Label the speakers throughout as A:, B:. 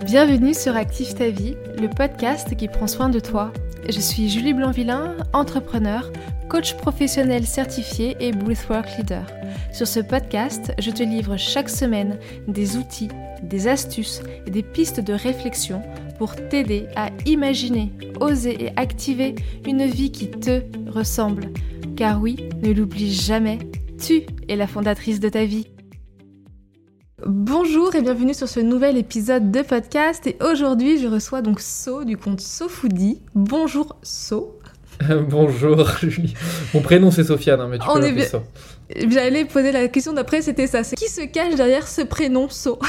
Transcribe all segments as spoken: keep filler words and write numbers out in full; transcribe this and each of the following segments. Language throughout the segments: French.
A: Bienvenue sur Active ta vie, le podcast qui prend soin de toi. Je suis Julie Blanc-Villain, entrepreneur, coach professionnel certifié et Breathwork Leader. Sur ce podcast, je te livre chaque semaine des outils, des astuces et des pistes de réflexion pour t'aider à imaginer, oser et activer une vie qui te ressemble. Car oui, ne l'oublie jamais, tu es la fondatrice de ta vie. Bonjour et bienvenue sur ce nouvel épisode de podcast et aujourd'hui je reçois donc So du compte SoFoodie. Bonjour So.
B: Bonjour Julie. Mon prénom c'est Sofiane hein, mais tu
A: On
B: peux
A: est
B: m'appeler
A: bien...
B: So.
A: J'allais poser la question d'après, c'était ça. C'est qui se cache derrière ce prénom So?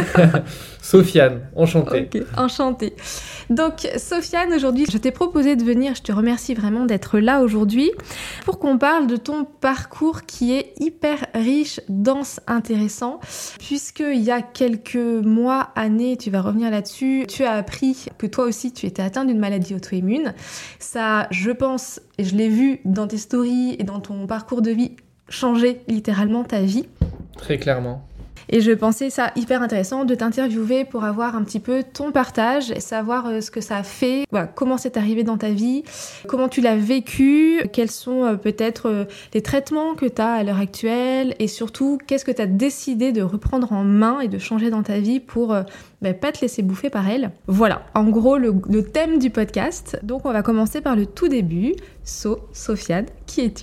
B: Sofiane, enchanté.
A: Ok, enchantée. Donc Sofiane, aujourd'hui, je t'ai proposé de venir, je te remercie vraiment d'être là aujourd'hui, pour qu'on parle de ton parcours qui est hyper riche, dense, intéressant, puisqu'il y a quelques mois, années, tu vas revenir là-dessus, tu as appris que toi aussi, tu étais atteint d'une maladie auto-immune. Ça, je pense, et je l'ai vu dans tes stories et dans ton parcours de vie, changer littéralement ta vie.
B: Très clairement.
A: Et je pensais ça hyper intéressant de t'interviewer pour avoir un petit peu ton partage, savoir euh, ce que ça a fait, voilà, comment c'est arrivé dans ta vie, comment tu l'as vécu, quels sont euh, peut-être euh, les traitements que tu as à l'heure actuelle et surtout qu'est-ce que tu as décidé de reprendre en main et de changer dans ta vie pour euh, bah, pas te laisser bouffer par elle. Voilà, en gros le, le thème du podcast. Donc on va commencer par le tout début. So, Sofiane, qui es-tu ?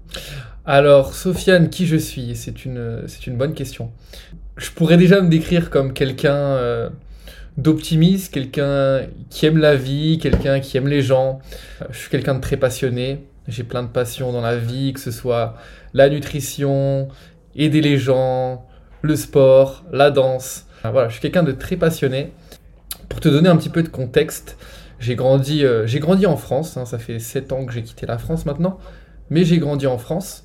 B: Alors, Sofiane, qui je suis ? C'est une, c'est une bonne question. Je pourrais déjà me décrire comme quelqu'un euh, d'optimiste, quelqu'un qui aime la vie, quelqu'un qui aime les gens. Je suis quelqu'un de très passionné. J'ai plein de passions dans la vie, que ce soit la nutrition, aider les gens, le sport, la danse. Voilà, je suis quelqu'un de très passionné. Pour te donner un petit peu de contexte, j'ai grandi, euh, j'ai grandi en France. Hein, ça fait sept ans que j'ai quitté la France maintenant. Mais j'ai grandi en France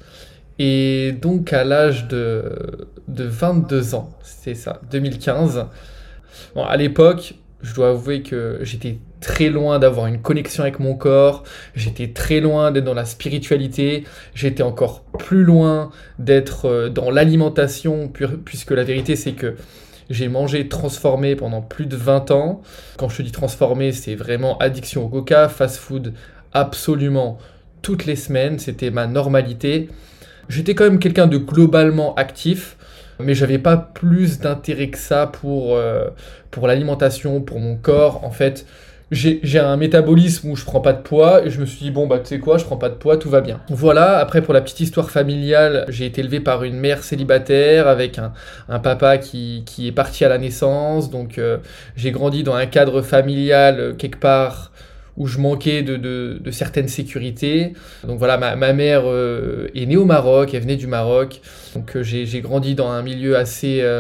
B: et donc à l'âge de, de vingt-deux ans, c'est ça, deux mille quinze. Bon, à l'époque, je dois avouer que j'étais très loin d'avoir une connexion avec mon corps, j'étais très loin d'être dans la spiritualité, j'étais encore plus loin d'être dans l'alimentation, puisque la vérité c'est que j'ai mangé transformé pendant plus de vingt ans. Quand je te dis transformé, c'est vraiment addiction au coca, fast-food, absolument toutes les semaines, c'était ma normalité. J'étais quand même quelqu'un de globalement actif, mais j'avais pas plus d'intérêt que ça pour, euh, pour l'alimentation, pour mon corps. En fait, j'ai, j'ai un métabolisme où je prends pas de poids, et je me suis dit, bon bah tu sais quoi, je prends pas de poids, tout va bien. Voilà, après pour la petite histoire familiale, j'ai été élevé par une mère célibataire, avec un, un papa qui, qui est parti à la naissance, donc euh, j'ai grandi dans un cadre familial euh, quelque part où je manquais de, de, de certaines sécurités. Donc voilà, ma, ma mère euh, est née au Maroc, elle venait du Maroc. Donc euh, j'ai, j'ai grandi dans un milieu assez, euh,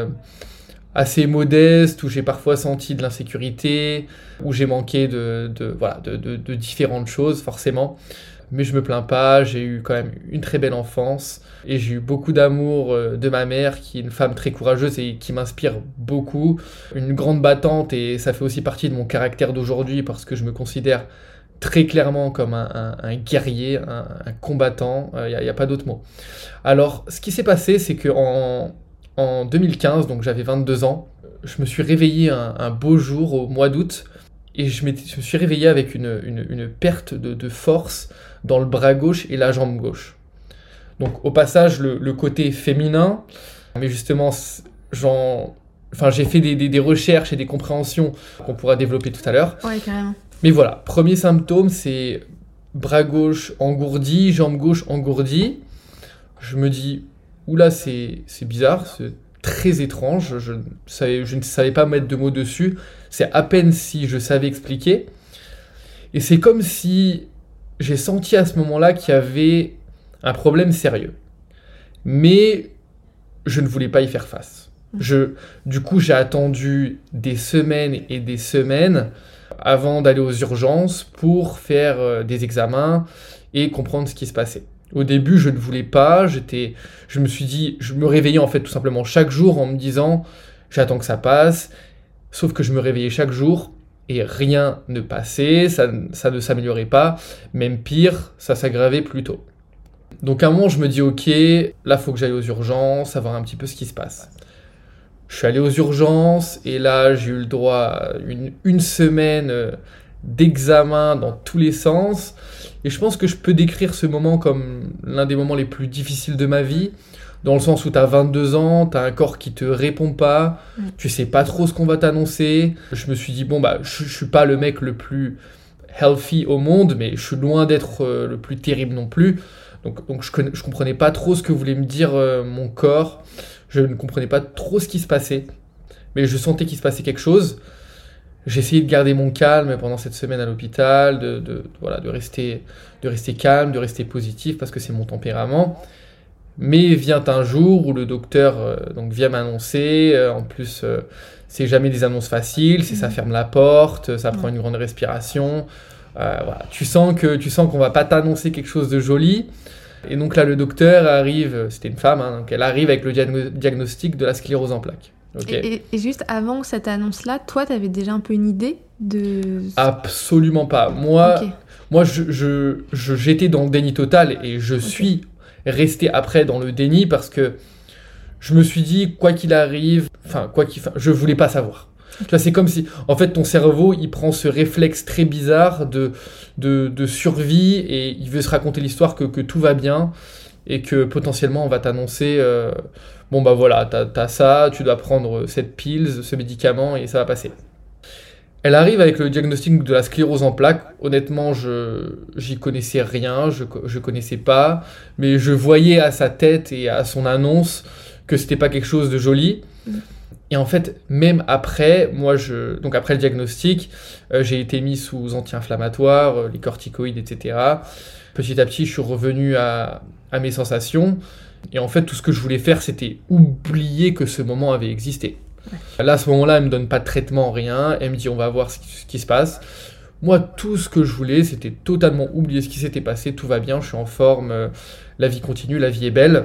B: assez modeste, où j'ai parfois senti de l'insécurité, où j'ai manqué de, de, voilà, de, de, de différentes choses, forcément. Mais je me plains pas, j'ai eu quand même une très belle enfance et j'ai eu beaucoup d'amour de ma mère qui est une femme très courageuse et qui m'inspire beaucoup, une grande battante et ça fait aussi partie de mon caractère d'aujourd'hui parce que je me considère très clairement comme un, un, un guerrier, un, un combattant, il n'y a, a pas d'autre mot. Alors ce qui s'est passé c'est qu'en en deux mille quinze, donc j'avais vingt-deux ans, je me suis réveillé un, un beau jour au mois d'août et je, je me suis réveillé avec une, une, une perte de, de force dans le bras gauche et la jambe gauche. Donc au passage, le, le côté féminin, mais justement, j'en, enfin, j'ai fait des, des, des recherches et des compréhensions qu'on pourra développer tout à l'heure.
A: Ouais, carrément.
B: Mais voilà, premier symptôme, c'est bras gauche engourdi, jambe gauche engourdie. Je me dis, oula, c'est, c'est bizarre, c'est très étrange, je ne, savais, je ne savais pas mettre de mots dessus, c'est à peine si je savais expliquer. Et c'est comme si j'ai senti à ce moment-là qu'il y avait un problème sérieux. Mais je ne voulais pas y faire face. Je, du coup, j'ai attendu des semaines et des semaines avant d'aller aux urgences pour faire euh, des examens et comprendre ce qui se passait. Au début, je ne voulais pas, j'étais, je me suis dit, je me réveillais en fait tout simplement chaque jour en me disant « j'attends que ça passe », sauf que je me réveillais chaque jour et rien ne passait, ça, ça ne s'améliorait pas, même pire, ça s'aggravait plutôt. Donc à un moment, je me dis « ok, là, il faut que j'aille aux urgences, savoir un petit peu ce qui se passe ». Je suis allé aux urgences et là, j'ai eu le droit à une, une semaine d'examen dans tous les sens. Et je pense que je peux décrire ce moment comme l'un des moments les plus difficiles de ma vie, dans le sens où tu as vingt-deux ans, tu as un corps qui te répond pas, mmh. tu sais pas trop ce qu'on va t'annoncer. Je me suis dit, bon, bah, je, je suis pas le mec le plus healthy au monde, mais je suis loin d'être euh, le plus terrible non plus. Donc, donc je, conna- je comprenais pas trop ce que voulait me dire euh, mon corps. Je ne comprenais pas trop ce qui se passait, mais je sentais qu'il se passait quelque chose. J'ai essayé de garder mon calme pendant cette semaine à l'hôpital, de, de, voilà, de, rester, de rester calme, de rester positif, parce que c'est mon tempérament. Mais vient un jour où le docteur euh, donc vient m'annoncer, euh, en plus, euh, c'est jamais des annonces faciles, c'est mmh. ça ferme la porte, ça mmh. prend une grande respiration. Euh, voilà. tu, sens que, tu sens qu'on va pas t'annoncer quelque chose de joli. Et donc là, le docteur arrive, c'était une femme, hein, donc elle arrive avec le diagno- diagnostic de la sclérose en plaques. Okay.
A: Et, et, et juste avant cette annonce-là, toi, tu avais déjà un peu une idée de...
B: Absolument pas. Moi, okay. moi je, je, je, j'étais dans le déni total et je okay. suis resté après dans le déni parce que je me suis dit, quoi qu'il arrive, enfin, quoi qu'il, je voulais pas savoir. Tu vois, c'est comme si, en fait, ton cerveau, il prend ce réflexe très bizarre de, de, de survie et il veut se raconter l'histoire que, que tout va bien et que potentiellement, on va t'annoncer, euh, bon, bah voilà, t'as, t'as ça, tu dois prendre cette pills, ce médicament et ça va passer. Elle arrive avec le diagnostic de la sclérose en plaques. Honnêtement, je, j'y connaissais rien, je, je connaissais pas, mais je voyais à sa tête et à son annonce que c'était pas quelque chose de joli. Mmh. Et en fait, même après, moi, je, donc après le diagnostic, euh, j'ai été mis sous anti-inflammatoires, euh, les corticoïdes, et cetera. Petit à petit, je suis revenu à, à mes sensations. Et en fait, tout ce que je voulais faire, c'était oublier que ce moment avait existé. Ouais. Là, à ce moment-là, elle me donne pas de traitement, rien. Elle me dit, on va voir ce qui, ce qui se passe. Moi, tout ce que je voulais, c'était totalement oublier ce qui s'était passé. Tout va bien, je suis en forme, euh, la vie continue, la vie est belle.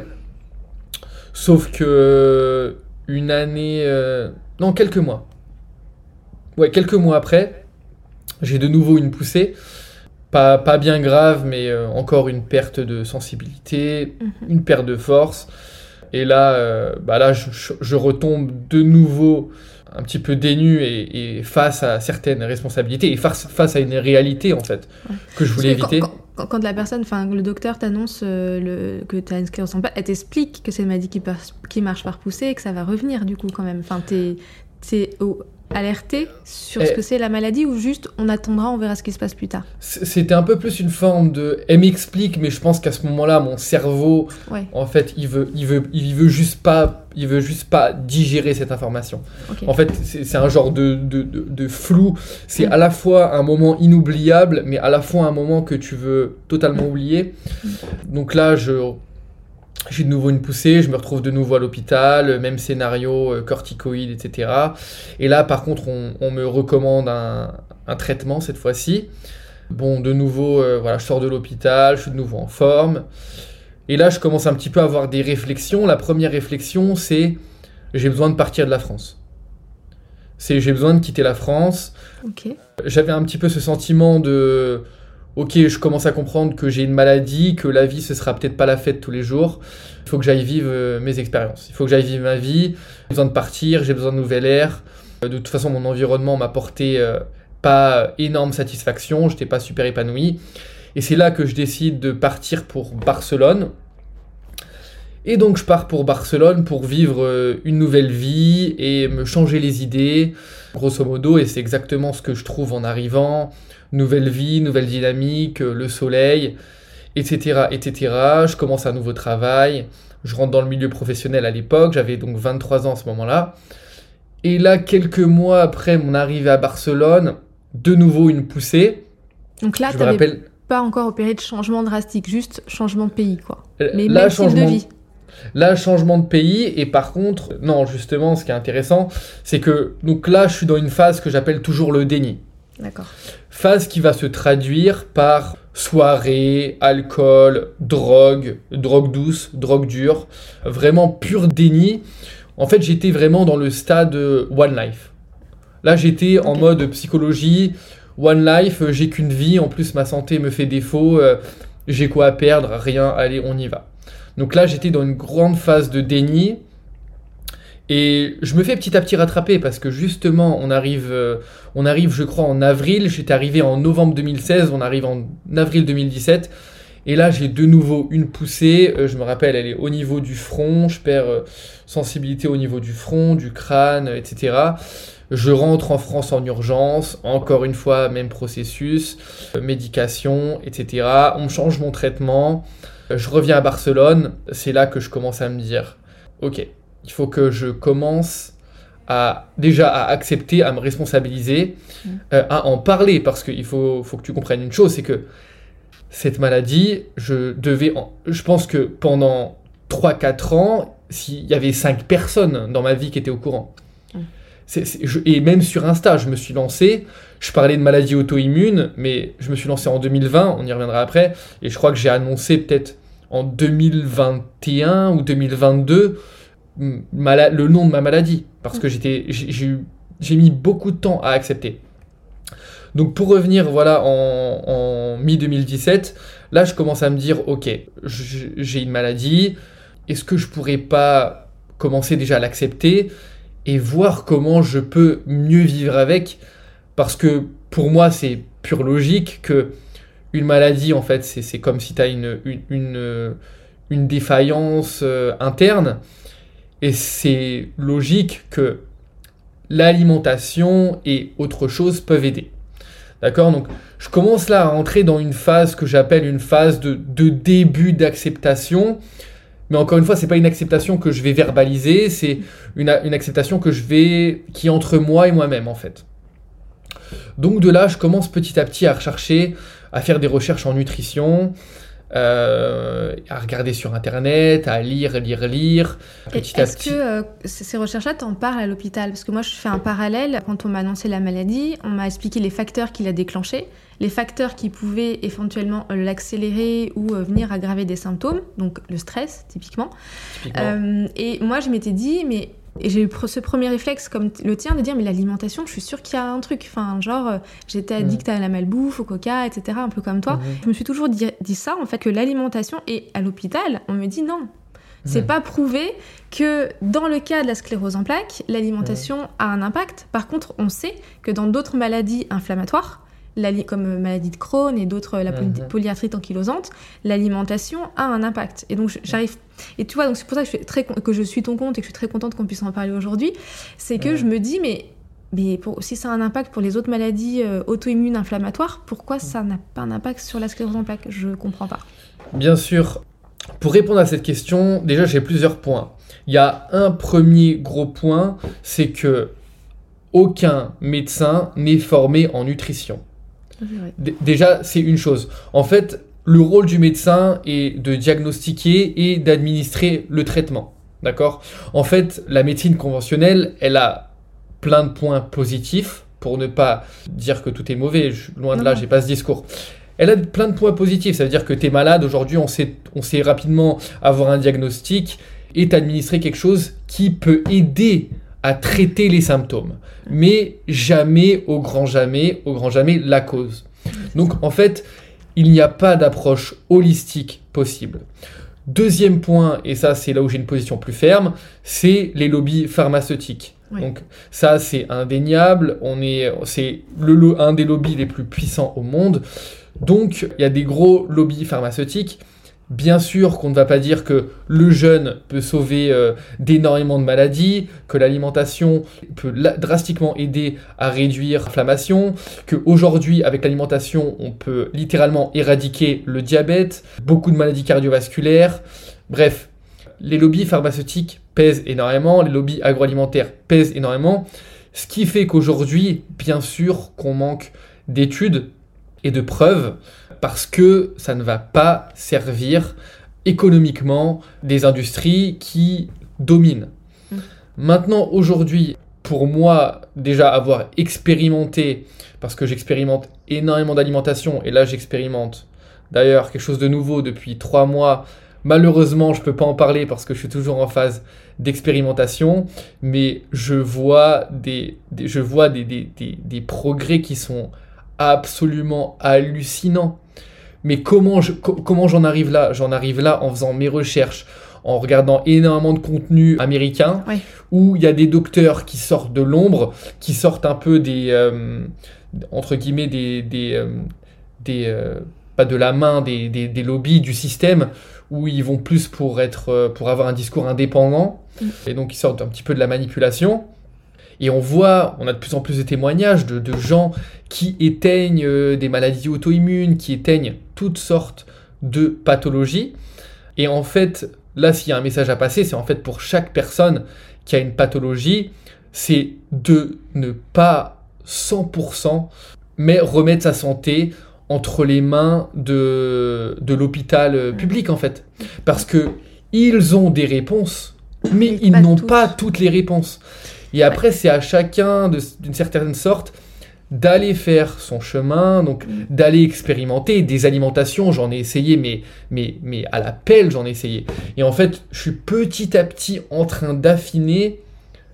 B: Sauf que... Une année... Euh... Non, quelques mois. Ouais, quelques mois après, j'ai de nouveau une poussée. Pas, pas bien grave, mais euh, encore une perte de sensibilité, mmh. une perte de force. Et là, euh, bah là je, je retombe de nouveau un petit peu dénu et, et face à certaines responsabilités et face, face à une réalité, en fait, ouais. que je voulais éviter.
A: Quand, quand, quand la personne, enfin, le docteur t'annonce euh, le, que tu as une sclérose en plaques, elle t'explique que c'est une maladie qui, par, qui marche par poussée et que ça va revenir, du coup, quand même. Enfin, t'es, t'es oh, alerté sur et ce que c'est la maladie ou juste on attendra, on verra ce qui se passe plus tard?
B: C'était un peu plus une forme de... Elle m'explique, mais je pense qu'à ce moment-là, mon cerveau, ouais. en fait, il veut, il veut, il veut juste pas... Il veut juste pas digérer cette information. Okay. En fait, c'est, c'est un genre de, de, de, de flou. C'est mmh. à la fois un moment inoubliable, mais à la fois un moment que tu veux totalement oublier. Mmh. Donc là, je, j'ai de nouveau une poussée, je me retrouve de nouveau à l'hôpital, même scénario, euh, corticoïdes, et cetera. Et là, par contre, on, on me recommande un, un traitement cette fois-ci. Bon, de nouveau, euh, voilà, je sors de l'hôpital, je suis de nouveau en forme. Et là, je commence un petit peu à avoir des réflexions. La première réflexion, c'est j'ai besoin de partir de la France. C'est j'ai besoin de quitter la France.
A: Okay.
B: J'avais un petit peu ce sentiment de ok, je commence à comprendre que j'ai une maladie, que la vie ce sera peut-être pas la fête tous les jours. Il faut que j'aille vivre euh, mes expériences. Il faut que j'aille vivre ma vie. J'ai besoin de partir, j'ai besoin de nouvel air. De toute façon, mon environnement m'a apporté euh, pas énorme satisfaction. Je n'étais pas super épanoui. Et c'est là que je décide de partir pour Barcelone. Et donc je pars pour Barcelone pour vivre une nouvelle vie et me changer les idées, grosso modo, et c'est exactement ce que je trouve en arrivant. Nouvelle vie, nouvelle dynamique, le soleil, et cetera, et cetera. Je commence un nouveau travail, je rentre dans le milieu professionnel à l'époque, j'avais donc vingt-trois ans à ce moment-là. Et là, quelques mois après mon arrivée à Barcelone, de nouveau une poussée.
A: Donc là, tu rappelle... pas encore opéré de changement drastique, juste changement de pays, quoi. Mais
B: là,
A: même
B: changement
A: style de vie.
B: Là, changement de pays, et par contre, non, justement, ce qui est intéressant, c'est que, donc là, je suis dans une phase que j'appelle toujours le déni.
A: D'accord.
B: Phase qui va se traduire par soirée, alcool, drogue, drogue douce, drogue dure, vraiment pur déni. En fait, j'étais vraiment dans le stade One Life. Là, j'étais okay. en mode psychologie, One Life, j'ai qu'une vie, en plus ma santé me fait défaut, euh, j'ai quoi à perdre, rien, allez, on y va. Donc là, j'étais dans une grande phase de déni Et je me fais petit à petit rattraper parce que justement, on arrive, euh, on arrive, je crois, en avril. J'étais arrivé en novembre deux mille seize, on arrive en avril deux mille dix-sept. Et là, j'ai de nouveau une poussée. Euh, je me rappelle, elle est au niveau du front. Je perds euh, sensibilité au niveau du front, du crâne, et cetera. Je rentre en France en urgence. Encore une fois, même processus, euh, médication, et cetera. On me change mon traitement. Euh, je reviens à Barcelone. C'est là que je commence à me dire, ok, il faut que je commence à déjà à accepter, à me responsabiliser, mmh. euh, à en parler, parce qu'il faut, faut que tu comprennes une chose, c'est que cette maladie, je devais, en, je pense que pendant trois quatre ans, s'il y avait cinq personnes dans ma vie qui étaient au courant. Mmh. C'est, c'est, je, et même sur Insta, je me suis lancé, je parlais de maladie auto-immune, mais je me suis lancé en deux mille vingt, on y reviendra après, et je crois que j'ai annoncé peut-être en deux mille vingt et un ou deux mille vingt-deux Mala- le nom de ma maladie, parce que j'étais, j'ai, j'ai, eu, j'ai mis beaucoup de temps à accepter. Donc pour revenir voilà, en, en mi-deux mille dix-sept, là je commence à me dire, ok, j'ai une maladie, est-ce que je pourrais pas commencer déjà à l'accepter et voir comment je peux mieux vivre avec, parce que pour moi c'est pure logique que une maladie, en fait, c'est, c'est comme si tu as une, une, une, une défaillance euh, interne. Et c'est logique que l'alimentation et autre chose peuvent aider. D'accord ? Donc, je commence là à rentrer dans une phase que j'appelle une phase de, de début d'acceptation. Mais encore une fois, ce n'est pas une acceptation que je vais verbaliser, c'est une, une acceptation que je vais, qui est entre moi et moi-même, en fait. Donc de là, je commence petit à petit à rechercher, à faire des recherches en nutrition, Euh, à regarder sur internet, à lire, lire, lire, petit à
A: Est-ce
B: petit.
A: que euh, ces recherches-là t'en parlent à l'hôpital ? Parce que moi, je fais un parallèle. Quand on m'a annoncé la maladie, on m'a expliqué les facteurs qui la déclenchaient, les facteurs qui pouvaient éventuellement l'accélérer ou euh, venir aggraver des symptômes, donc le stress, typiquement.
B: typiquement.
A: Euh, et moi, je m'étais dit, mais... Et j'ai eu ce premier réflexe comme le tien de dire mais l'alimentation, je suis sûre qu'il y a un truc. Enfin, genre, euh, j'étais addicte mmh. à la malbouffe, au coca, et cetera, un peu comme toi. Mmh. Je me suis toujours dit, dit ça, en fait, que l'alimentation, et à l'hôpital, on me dit non. C'est mmh. pas prouvé que dans le cas de la sclérose en plaques, l'alimentation mmh. a un impact. Par contre, on sait que dans d'autres maladies inflammatoires, comme maladie de Crohn et d'autres, la poly- polyarthrite ankylosante, l'alimentation a un impact. Et donc, j'arrive... Et tu vois, donc c'est pour ça que je suis, très, que je suis ton compte et que je suis très contente qu'on puisse en parler aujourd'hui. C'est que ouais. je me dis, mais, mais pour, si ça a un impact pour les autres maladies euh, auto-immunes inflammatoires, pourquoi ça n'a pas un impact sur la sclérose en plaques ? Je ne comprends pas.
B: Bien sûr. Pour répondre à cette question, déjà, j'ai plusieurs points. Il y a un premier gros point, c'est que aucun médecin n'est formé en nutrition. D- déjà, c'est une chose. En fait, le rôle du médecin est de diagnostiquer et d'administrer le traitement. D'accord ? En fait, la médecine conventionnelle, elle a plein de points positifs, pour ne pas dire que tout est mauvais. Je, loin de là, j'ai pas ce discours. Elle a plein de points positifs. Ça veut dire que tu es malade. Aujourd'hui, on sait, on sait rapidement avoir un diagnostic et t'administrer quelque chose qui peut aider à traiter les symptômes. Mais jamais, au grand jamais, au grand jamais, la cause. Donc, en fait, il n'y a pas d'approche holistique possible. Deuxième point, et ça c'est là où j'ai une position plus ferme, c'est les lobbies pharmaceutiques. Oui. Donc ça c'est indéniable, on est, c'est le, un des lobbies les plus puissants au monde. Donc il y a des gros lobbies pharmaceutiques. Bien sûr qu'on ne va pas dire que le jeûne peut sauver euh, d'énormément de maladies, que l'alimentation peut la- drastiquement aider à réduire l'inflammation, qu'aujourd'hui, avec l'alimentation, on peut littéralement éradiquer le diabète, beaucoup de maladies cardiovasculaires. Bref, les lobbies pharmaceutiques pèsent énormément, les lobbies agroalimentaires pèsent énormément, ce qui fait qu'aujourd'hui, bien sûr qu'on manque d'études et de preuves, parce que ça ne va pas servir économiquement des industries qui dominent. Mmh. Maintenant, aujourd'hui, pour moi, déjà avoir expérimenté, parce que j'expérimente énormément d'alimentation, et là j'expérimente d'ailleurs quelque chose de nouveau depuis trois mois. Malheureusement, je ne peux pas en parler parce que je suis toujours en phase d'expérimentation, mais je vois des, des, je vois des, des, des, des progrès qui sont absolument hallucinants. Mais comment, je, co- comment j'en arrive là ? J'en arrive là en faisant mes recherches, en regardant énormément de contenu américain,
A: Ouais.
B: où il y a des docteurs qui sortent de l'ombre, qui sortent un peu des, euh, entre guillemets, des, des, euh, des euh, pas de la main, des, des, des lobbies du système, où ils vont plus pour être, euh, pour avoir un discours indépendant,
A: Mm.
B: et donc ils sortent un petit peu de la manipulation. Et on voit, on a de plus en plus de témoignages de, de gens qui éteignent euh, des maladies auto-immunes, qui éteignent toutes sortes de pathologies. Et en fait, là, s'il y a un message à passer, c'est en fait pour chaque personne qui a une pathologie, c'est de ne pas cent pour cent, mais remettre sa santé entre les mains de, de l'hôpital euh, public, en fait. Parce que ils ont des réponses, mais
A: Mais
B: ils
A: pas
B: n'ont
A: toutes.
B: pas toutes les réponses. Et après, ouais. c'est à chacun, de, d'une certaine sorte, d'aller faire son chemin, donc
A: Mm.
B: d'aller expérimenter. Des alimentations, j'en ai essayé, mais, mais, mais à la pelle, j'en ai essayé. Et en fait, je suis petit à petit en train d'affiner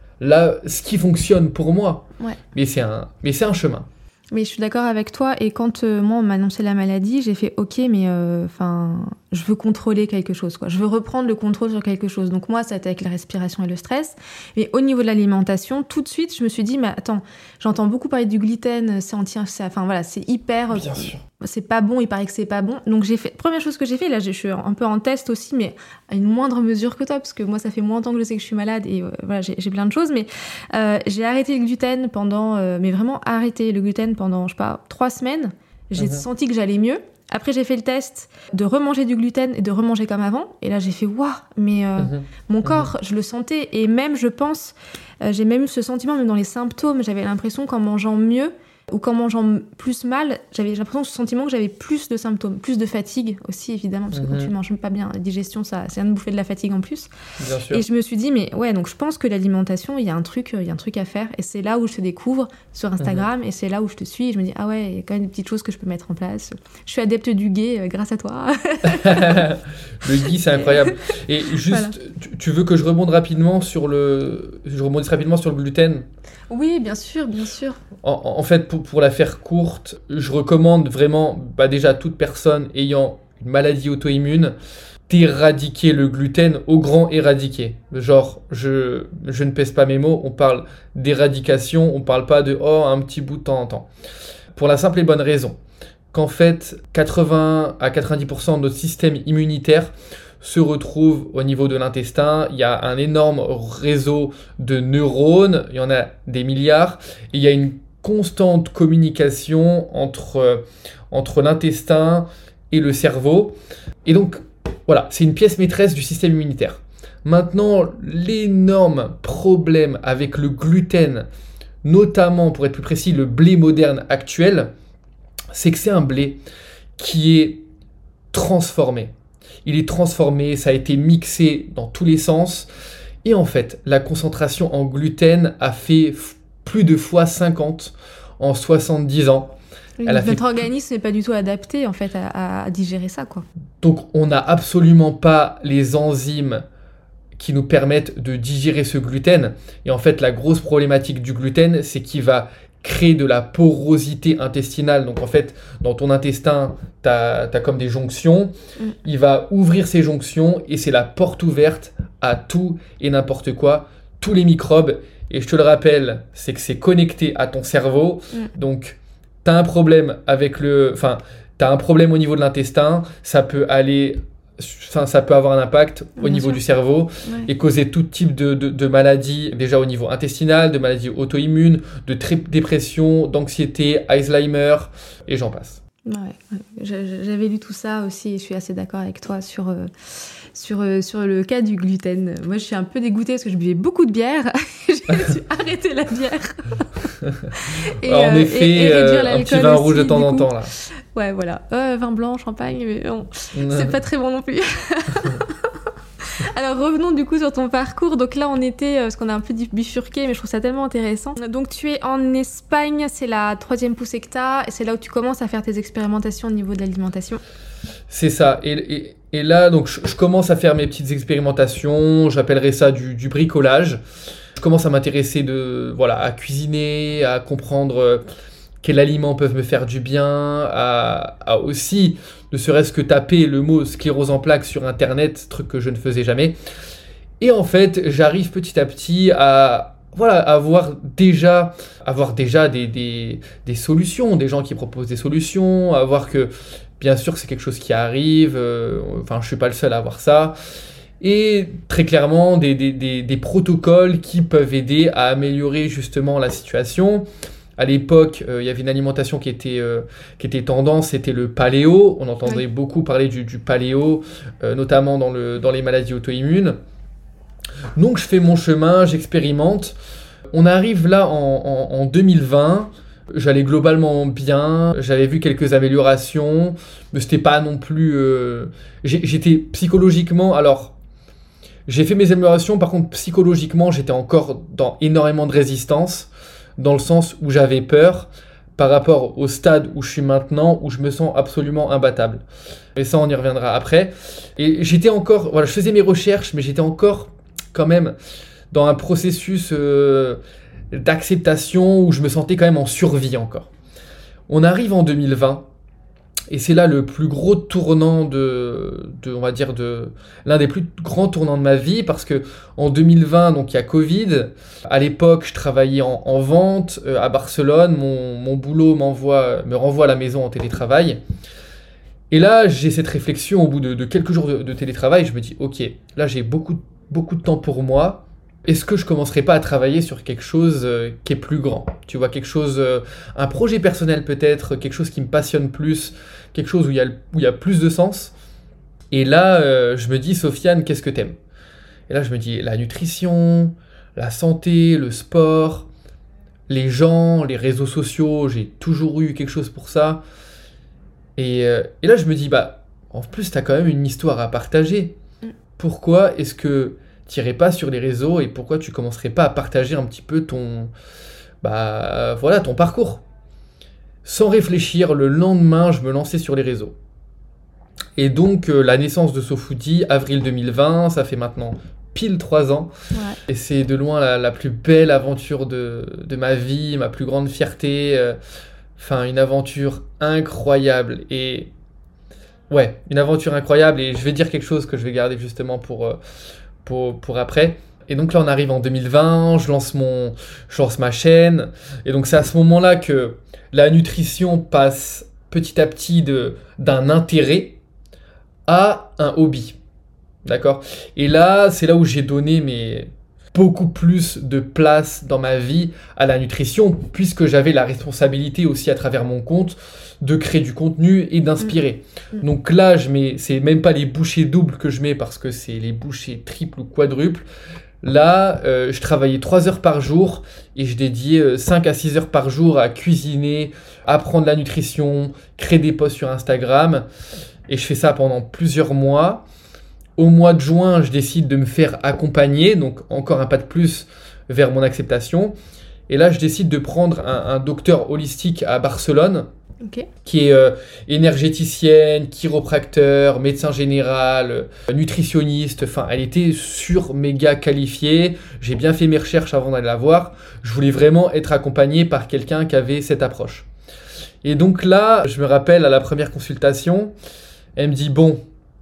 B: là, ce qui fonctionne pour moi.
A: Ouais.
B: Mais c'est un, mais c'est un chemin.
A: Mais je suis d'accord avec toi. Et quand euh, moi, on m'a annoncé la maladie, j'ai fait OK, mais enfin, euh, je veux contrôler quelque chose, quoi. Je veux reprendre le contrôle sur quelque chose. Donc moi, ça a été avec la respiration et le stress. Mais au niveau de l'alimentation, tout de suite, je me suis dit, mais attends, j'entends beaucoup parler du gluten, c'est anti, c'est, enfin voilà, c'est hyper.
B: Bien sûr.
A: C'est pas bon, il paraît que c'est pas bon. Donc j'ai fait, première chose que j'ai fait, là je suis un peu en test aussi, mais à une moindre mesure que toi, parce que moi ça fait moins de temps que je sais que je suis malade et euh, voilà, j'ai, j'ai plein de choses, mais euh, j'ai arrêté le gluten pendant, euh, mais vraiment arrêté le gluten pendant, je sais pas, trois semaines. J'ai
B: Mhm.
A: senti que j'allais mieux. Après j'ai fait le test de remanger du gluten et de remanger comme avant, et là j'ai fait waouh, mais euh,
B: Mhm.
A: mon corps, je le sentais, et même je pense, euh, j'ai même eu ce sentiment, même dans les symptômes, j'avais l'impression qu'en mangeant mieux, ou qu'en mangeant plus mal, j'avais l'impression, ce sentiment que j'avais plus de symptômes, plus de fatigue aussi, évidemment, parce que
B: Mhm.
A: quand tu manges pas bien, la digestion, ça, ça vient de bouffer de la fatigue en plus.
B: Bien sûr.
A: Et je me suis dit, mais ouais, donc je pense que l'alimentation, il y a un truc, il y a un truc à faire, et c'est là où je te découvre sur Instagram, et c'est là où je te suis, et je me dis, ah ouais, il y a quand même des petites choses que je peux mettre en place. Je suis adepte du ghee euh, grâce à toi.
B: Le ghee, c'est incroyable. Et juste,
A: Voilà.
B: tu, tu veux que je rebondisse rapidement sur le, je rebondisse rapidement sur le gluten.
A: Oui, bien sûr, bien sûr.
B: En, en fait, pour, pour la faire courte, je recommande vraiment, bah déjà à toute personne ayant une maladie auto-immune, d'éradiquer le gluten au grand éradiquer. Genre, je, je ne pèse pas mes mots, on parle d'éradication, on parle pas de oh, un petit bout de temps en temps. Pour la simple et bonne raison qu'en fait, quatre-vingts à quatre-vingt-dix pour cent de notre système immunitaire se retrouve au niveau de l'intestin. Il y a un énorme réseau de neurones, il y en a des milliards, et il y a une constante communication entre, euh, entre l'intestin et le cerveau. Et donc, voilà, c'est une pièce maîtresse du système immunitaire. Maintenant, l'énorme problème avec le gluten, notamment, pour être plus précis, le blé moderne actuel, c'est que c'est un blé qui est transformé. Il est transformé, ça a été mixé dans tous les sens. Et en fait, la concentration en gluten a fait f- plus de fois cinquante en soixante-dix ans. Elle a
A: Notre
B: fait-
A: organisme n'est pas du tout adapté, en fait, à, à digérer ça, quoi.
B: Donc, on n'a absolument pas les enzymes qui nous permettent de digérer ce gluten. Et en fait, la grosse problématique du gluten, c'est qu'il va créer de la porosité intestinale. Donc en fait, dans ton intestin, tu as comme des jonctions.
A: Mm.
B: Il va ouvrir ces jonctions et c'est la porte ouverte à tout et n'importe quoi, tous les microbes. Et je te le rappelle, c'est que c'est connecté à ton cerveau.
A: Mm.
B: Donc, tu as un problème avec le... Enfin, tu as un problème au niveau de l'intestin. Ça peut aller... Enfin, ça peut avoir un impact au
A: Bien
B: niveau
A: sûr.
B: du cerveau
A: Ouais.
B: et causer tout type de, de, de maladies, déjà au niveau intestinal, de maladies auto-immunes, de tré- dépression, d'anxiété, Alzheimer, et j'en passe.
A: Ouais, ouais. Je- J'avais lu tout ça aussi et je suis assez d'accord avec toi sur, euh, sur, euh, sur le cas du gluten. Moi, je suis un peu dégoûtée parce que je buvais beaucoup de bière. J'ai dû arrêter la bière. Et,
B: Alors, en
A: euh,
B: effet,
A: et- et réduire
B: euh, un petit
A: l'alcool
B: vin rouge de
A: aussi,
B: temps
A: du
B: en
A: coup.
B: temps, là.
A: Ouais, voilà. Euh, vin blanc, champagne, mais bon, c'est pas très bon non plus. Alors revenons du coup sur ton parcours. Donc là on était, euh, parce qu'on a un peu bifurqué, mais je trouve ça tellement intéressant. Donc tu es en Espagne, c'est la troisième poussée que t'as, et c'est là où tu commences à faire tes expérimentations au niveau de l'alimentation.
B: C'est ça. Et, et, et là, donc, je, je commence à faire mes petites expérimentations. J'appellerais ça du, du bricolage. Je commence à m'intéresser de, voilà, à cuisiner, à comprendre euh, quels aliments peuvent me faire du bien, à, à aussi ne serait-ce que taper le mot sclérose en plaques sur internet, truc que je ne faisais jamais. Et en fait, j'arrive petit à petit à voilà, avoir déjà, avoir déjà des, des, des solutions, des gens qui proposent des solutions, à voir que bien sûr c'est quelque chose qui arrive, euh, enfin je suis pas le seul à avoir ça. Et très clairement des, des, des, des protocoles qui peuvent aider à améliorer justement la situation. À l'époque, euh, il y avait une alimentation qui était, euh, qui était tendance, c'était le paléo. On entendait oui. beaucoup parler du, du paléo, euh, notamment dans, le, dans les maladies auto-immunes. Donc je fais mon chemin, j'expérimente. On arrive là en, en, en deux mille vingt. J'allais globalement bien, j'avais vu quelques améliorations, mais c'était pas non plus... Euh... J'étais psychologiquement... Alors, j'ai fait mes améliorations, par contre, psychologiquement, j'étais encore dans énormément de résistance, dans le sens où j'avais peur par rapport au stade où je suis maintenant, où je me sens absolument imbattable. Et ça, on y reviendra après. Et j'étais encore... Voilà, je faisais mes recherches, mais j'étais encore quand même dans un processus... Euh... d'acceptation où je me sentais quand même en survie encore. On arrive en deux mille vingt et c'est là le plus gros tournant de, de on va dire de l'un des plus grands tournants de ma vie parce que en deux mille vingt donc il y a Covid. À l'époque je travaillais en, en vente euh, à Barcelone. Mon, mon boulot m'envoie me renvoie à la maison en télétravail. Et là j'ai cette réflexion au bout de, de quelques jours de, de télétravail. Je me dis ok, là j'ai beaucoup beaucoup de temps pour moi. Est-ce que je commencerai pas à travailler sur quelque chose euh, qui est plus grand ? Tu vois, quelque chose, euh, un projet personnel peut-être, quelque chose qui me passionne plus, quelque chose où il y a, où il y a plus de sens. Et là, euh, je me dis, Sofiane, qu'est-ce que t'aimes ? Et là, je me dis, la nutrition, la santé, le sport, les gens, les réseaux sociaux, j'ai toujours eu quelque chose pour ça. Et, euh, et là, je me dis, bah, en plus, t'as quand même une histoire à partager. Pourquoi est-ce que t'irais pas sur les réseaux et pourquoi tu commencerais pas à partager un petit peu ton, bah, voilà, ton parcours. Sans réfléchir, le lendemain, je me lançais sur les réseaux. Et donc, euh, la naissance de SoFoodie, avril deux mille vingt, ça fait maintenant pile trois ans. Ouais. Et c'est de loin la, la plus belle aventure de, de ma vie, ma plus grande fierté. Enfin, euh, une aventure incroyable. Et ouais, une aventure incroyable. Et je vais dire quelque chose que je vais garder justement pour... Euh, Pour, pour après. Et donc là, on arrive en deux mille vingt, je lance, mon, je lance ma chaîne. Et donc, c'est à ce moment-là que la nutrition passe petit à petit de, d'un intérêt à un hobby. D'accord ? Et là, c'est là où j'ai donné mes, beaucoup plus de place dans ma vie à la nutrition, puisque j'avais la responsabilité aussi à travers mon compte de créer du contenu et d'inspirer. Mmh. Donc là, je mets, c'est même pas les bouchées doubles que je mets parce que c'est les bouchées triples ou quadruples. Là, euh, je travaillais trois heures par jour et je dédiais euh, cinq à six heures par jour à cuisiner, apprendre la nutrition, créer des posts sur Instagram. Et je fais ça pendant plusieurs mois. Au mois de juin, je décide de me faire accompagner, donc encore un pas de plus vers mon acceptation. Et là, je décide de prendre un, un docteur holistique à Barcelone, okay. qui est euh, énergéticienne, chiropracteur, médecin général, euh, nutritionniste. Enfin, elle était sur méga qualifiée. J'ai bien fait mes recherches avant d'aller la voir. Je voulais vraiment être accompagné par quelqu'un qui avait cette approche. Et donc là, je me rappelle à la première consultation, elle me dit « Bon,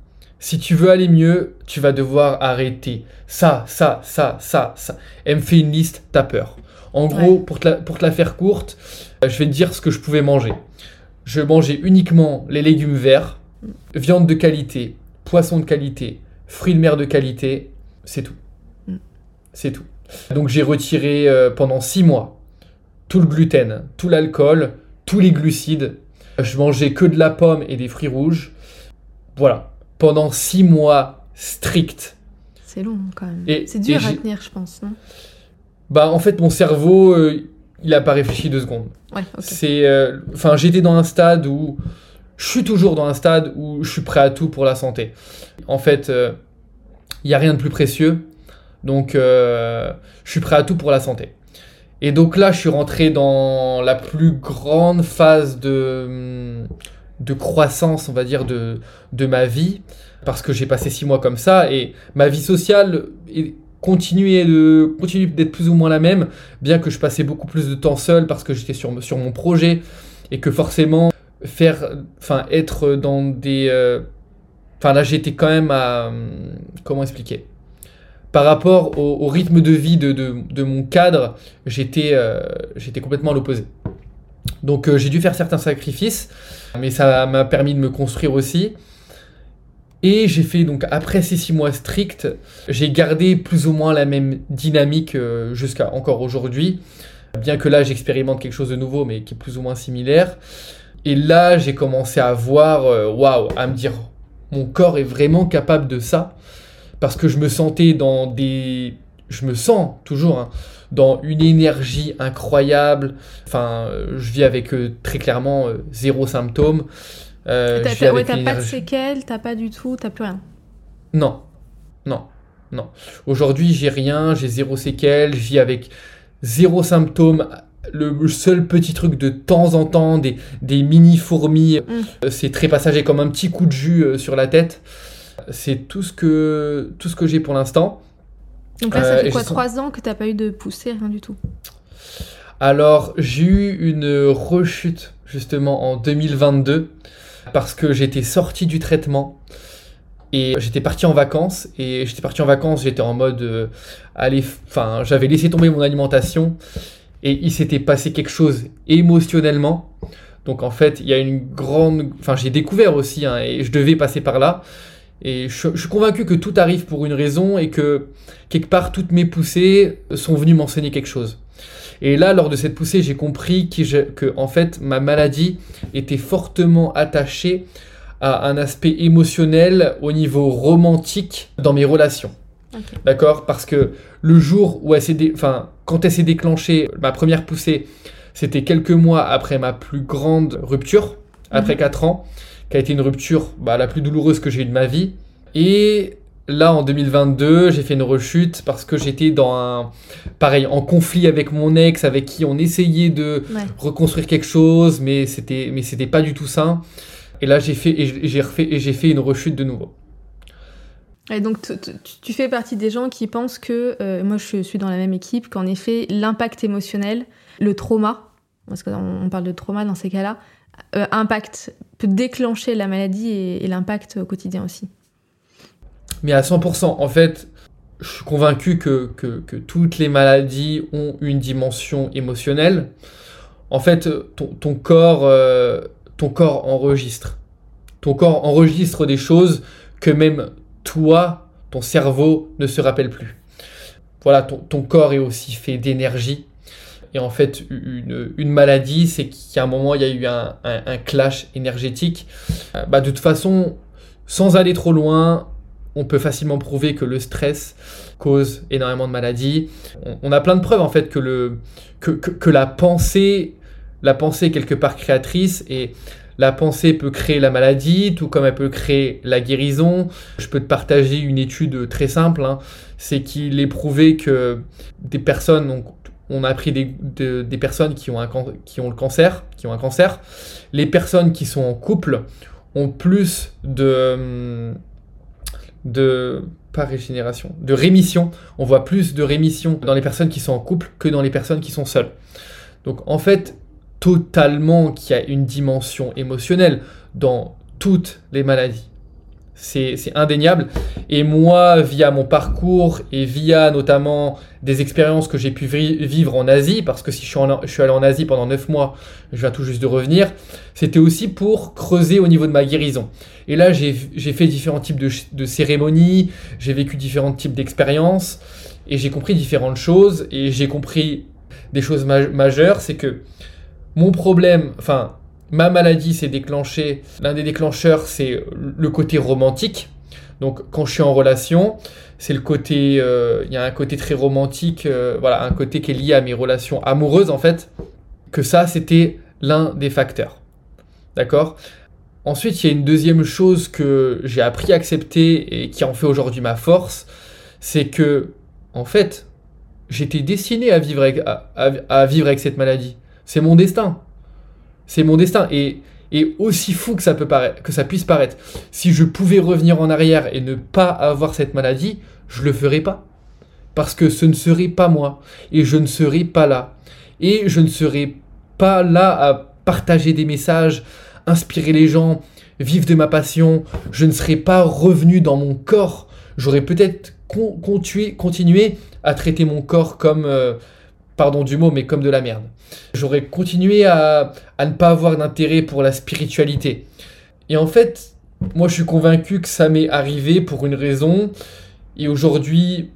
B: si tu veux aller mieux, tu vas devoir arrêter ça, ça, ça, ça, ça. » Elle me fait une liste, t'as peur. En gros, ouais. pour, te la, pour te la faire courte, je vais te dire ce que je pouvais manger. Je mangeais uniquement les légumes verts, viande de qualité, poisson de qualité, fruits de mer de qualité, c'est tout. Mm. C'est tout. Donc j'ai retiré euh, pendant six mois tout le gluten, tout l'alcool, tous les glucides. Je mangeais que de la pomme et des fruits rouges. Voilà. Pendant six mois stricts.
A: C'est long quand même. Et, c'est dur à tenir, je pense, non ?
B: Bah, en fait, mon cerveau, euh, il n'a pas réfléchi deux secondes.
A: Ouais, ok.
B: C'est, euh, enfin, j'étais dans un stade où... Je suis toujours dans un stade où je suis prêt à tout pour la santé. En fait, il euh, n'y a rien de plus précieux. Donc, euh, je suis prêt à tout pour la santé. Et donc là, je suis rentré dans la plus grande phase de... de croissance, on va dire, de, de ma vie, parce que j'ai passé six mois comme ça, et ma vie sociale continuait de, continue d'être plus ou moins la même, bien que je passais beaucoup plus de temps seul, parce que j'étais sur, sur mon projet, et que forcément, faire, enfin, être dans des... euh, Enfin, là, j'étais quand même à... Comment expliquer ? Par rapport au, au rythme de vie de, de, de mon cadre, j'étais, euh, j'étais complètement à l'opposé. Donc, euh, j'ai dû faire certains sacrifices, mais ça m'a permis de me construire aussi. Et j'ai fait, donc, après ces six mois stricts, j'ai gardé plus ou moins la même dynamique euh, jusqu'à encore aujourd'hui. Bien que là, j'expérimente quelque chose de nouveau, mais qui est plus ou moins similaire. Et là, j'ai commencé à voir, waouh, wow, à me dire... Mon corps est vraiment capable de ça parce que je me sentais dans des... Je me sens toujours hein, dans une énergie incroyable. Enfin, je vis avec euh, très clairement euh, zéro symptôme.
A: Euh, t'as, t'as, ouais, t'as pas de séquelles, t'as pas du tout, t'as plus rien.
B: Non, non, non. Aujourd'hui, j'ai rien, j'ai zéro séquelles, je vis avec zéro symptôme. Le seul petit truc de temps en temps, des, des mini-fourmis, mmh. c'est très passager, comme un petit coup de jus sur la tête. C'est tout ce que, tout ce que j'ai pour l'instant.
A: Donc là, ça fait euh, quoi, trois ans que tu n'as pas eu de poussée, rien du tout ?
B: Alors, j'ai eu une rechute, justement, en deux mille vingt-deux, parce que j'étais sorti du traitement. Et j'étais parti en vacances, et j'étais parti en vacances, j'étais en mode... Euh, allez, enfin, j'avais laissé tomber mon alimentation, et il s'était passé quelque chose émotionnellement. Donc en fait, il y a une grande... Enfin, j'ai découvert aussi, hein, et je devais passer par là. Et je, je suis convaincu que tout arrive pour une raison et que quelque part, toutes mes poussées sont venues m'enseigner quelque chose. Et là, lors de cette poussée, j'ai compris que, je, que en fait, ma maladie était fortement attachée à un aspect émotionnel au niveau romantique dans mes relations. Okay. D'accord ? Parce que le jour où elle s'est... Dé... Enfin, quand elle s'est déclenchée, ma première poussée, c'était quelques mois après ma plus grande rupture, après mmh. quatre ans, qui a été une rupture bah, la plus douloureuse que j'ai eue de ma vie. Et là, en deux mille vingt-deux, j'ai fait une rechute parce que j'étais dans un... Pareil, en conflit avec mon ex, avec qui on essayait de ouais. reconstruire quelque chose, mais c'était, mais c'était pas du tout ça. Et là, j'ai fait, et j'ai refait, et j'ai fait une rechute de nouveau.
A: Et donc, t- t- tu fais partie des gens qui pensent que, euh, moi je suis dans la même équipe, qu'en effet, l'impact émotionnel, le trauma, parce qu'on parle de trauma dans ces cas-là, euh, impact, peut déclencher la maladie et, et l'impact au quotidien aussi.
B: Mais à cent pour cent, en fait, je suis convaincu que, que, que toutes les maladies ont une dimension émotionnelle. En fait, ton, ton, corps, euh, ton corps enregistre. Ton corps enregistre des choses que même toi, ton cerveau ne se rappelle plus. Voilà, ton, ton corps est aussi fait d'énergie. Et en fait, une, une maladie, c'est qu'à un moment, il y a eu un, un, un clash énergétique. Euh, bah, de toute façon, sans aller trop loin, on peut facilement prouver que le stress cause énormément de maladies. On, on a plein de preuves, en fait, que, le, que, que, que la pensée, la pensée est quelque part créatrice et la pensée peut créer la maladie, tout comme elle peut créer la guérison. Je peux te partager une étude très simple, hein. C'est qu'il est prouvé que des personnes, donc, on a pris des, de, des personnes qui ont, un, qui ont le cancer, qui ont un cancer. Les personnes qui sont en couple ont plus de, de pas régénération, de rémission. On voit plus de rémission dans les personnes qui sont en couple que dans les personnes qui sont seules. Donc en fait, totalement qu'il y a une dimension émotionnelle dans toutes les maladies. C'est, c'est indéniable. Et moi, via mon parcours et via notamment des expériences que j'ai pu vi- vivre en Asie, parce que si je suis, en, je suis allé en Asie pendant neuf mois, je viens tout juste de revenir, c'était aussi pour creuser au niveau de ma guérison. Et là, j'ai, j'ai fait différents types de, de cérémonies, j'ai vécu différents types d'expériences, et j'ai compris différentes choses, et j'ai compris des choses ma- majeures, c'est que mon problème, enfin, ma maladie s'est déclenchée, l'un des déclencheurs, c'est le côté romantique. Donc, quand je suis en relation, c'est le côté, euh, il y a un côté très romantique, euh, voilà, un côté qui est lié à mes relations amoureuses, en fait, que ça, c'était l'un des facteurs. D'accord ? Ensuite, il y a une deuxième chose que j'ai appris à accepter et qui en fait aujourd'hui ma force, c'est que, en fait, j'étais destiné à vivre avec, à, à, à vivre avec cette maladie. C'est mon destin. C'est mon destin. Et, et aussi fou que ça, peut paraître, que ça puisse paraître, si je pouvais revenir en arrière et ne pas avoir cette maladie, je ne le ferais pas. Parce que ce ne serait pas moi. Et je ne serais pas là. Et je ne serais pas là à partager des messages, inspirer les gens, vivre de ma passion, je ne serais pas revenu dans mon corps. J'aurais peut-être con- continué, continué à traiter mon corps comme, euh, pardon du mot, mais comme de la merde. J'aurais continué à, à ne pas avoir d'intérêt pour la spiritualité. Et en fait, moi je suis convaincu que ça m'est arrivé pour une raison. Et aujourd'hui,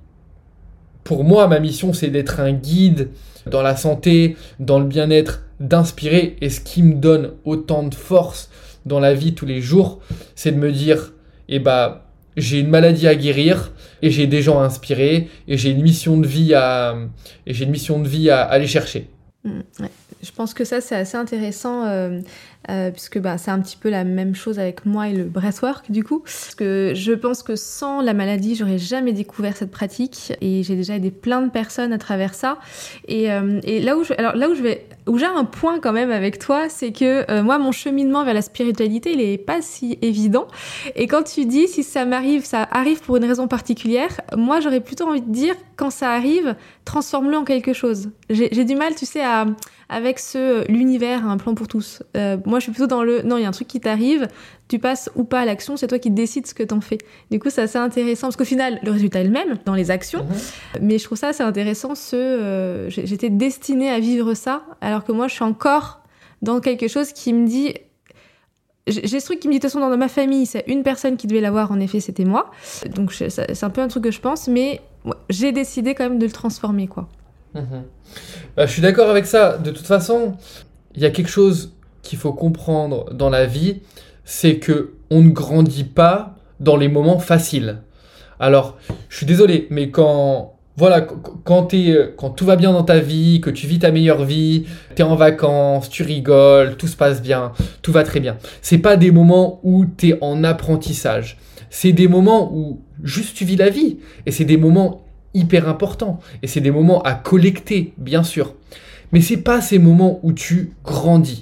B: pour moi, ma mission, c'est d'être un guide dans la santé, dans le bien-être, d'inspirer. Et ce qui me donne autant de force dans la vie tous les jours, c'est de me dire, eh ben, j'ai une maladie à guérir et j'ai des gens à inspirer et j'ai une mission de vie à, et j'ai une mission de vie à, à aller chercher.
A: Mmh, ouais. Je pense que ça, c'est assez intéressant, euh, euh, puisque bah, c'est un petit peu la même chose avec moi et le breathwork, du coup. Parce que je pense que sans la maladie, j'aurais jamais découvert cette pratique. Et j'ai déjà aidé plein de personnes à travers ça. Et, euh, et là, où je, alors, là où, je vais, où j'ai un point quand même avec toi, c'est que euh, moi, mon cheminement vers la spiritualité, il est pas si évident. Et quand tu dis, si ça m'arrive, ça arrive pour une raison particulière, moi, j'aurais plutôt envie de dire, quand ça arrive, transforme-le en quelque chose. J'ai, j'ai du mal, tu sais, à... avec ce l'univers, un plan pour tous. Euh, moi, je suis plutôt dans le... Non, il y a un truc qui t'arrive, tu passes ou pas à l'action, c'est toi qui décides ce que t'en fais. Du coup, c'est assez intéressant, parce qu'au final, le résultat est le même dans les actions, mmh. mais je trouve ça assez intéressant, ce... Euh, j'étais destinée à vivre ça, alors que moi, je suis encore dans quelque chose qui me dit... J'ai ce truc qui me dit, de toute façon, dans ma famille, c'est une personne qui devait l'avoir, en effet, c'était moi. Donc, c'est un peu un truc que je pense, mais ouais, j'ai décidé quand même de le transformer, quoi.
B: Mmh. Bah, je suis d'accord avec ça. De toute façon, il y a quelque chose qu'il faut comprendre dans la vie, c'est que on ne grandit pas dans les moments faciles. Alors, je suis désolé, mais quand voilà, quand, t'es, quand tout va bien dans ta vie, que tu vis ta meilleure vie, t'es en vacances, tu rigoles, tout se passe bien, tout va très bien. C'est pas des moments où t'es en apprentissage. C'est des moments où juste tu vis la vie, et c'est des moments hyper important et c'est des moments à collecter, bien sûr, mais c'est pas ces moments où tu grandis.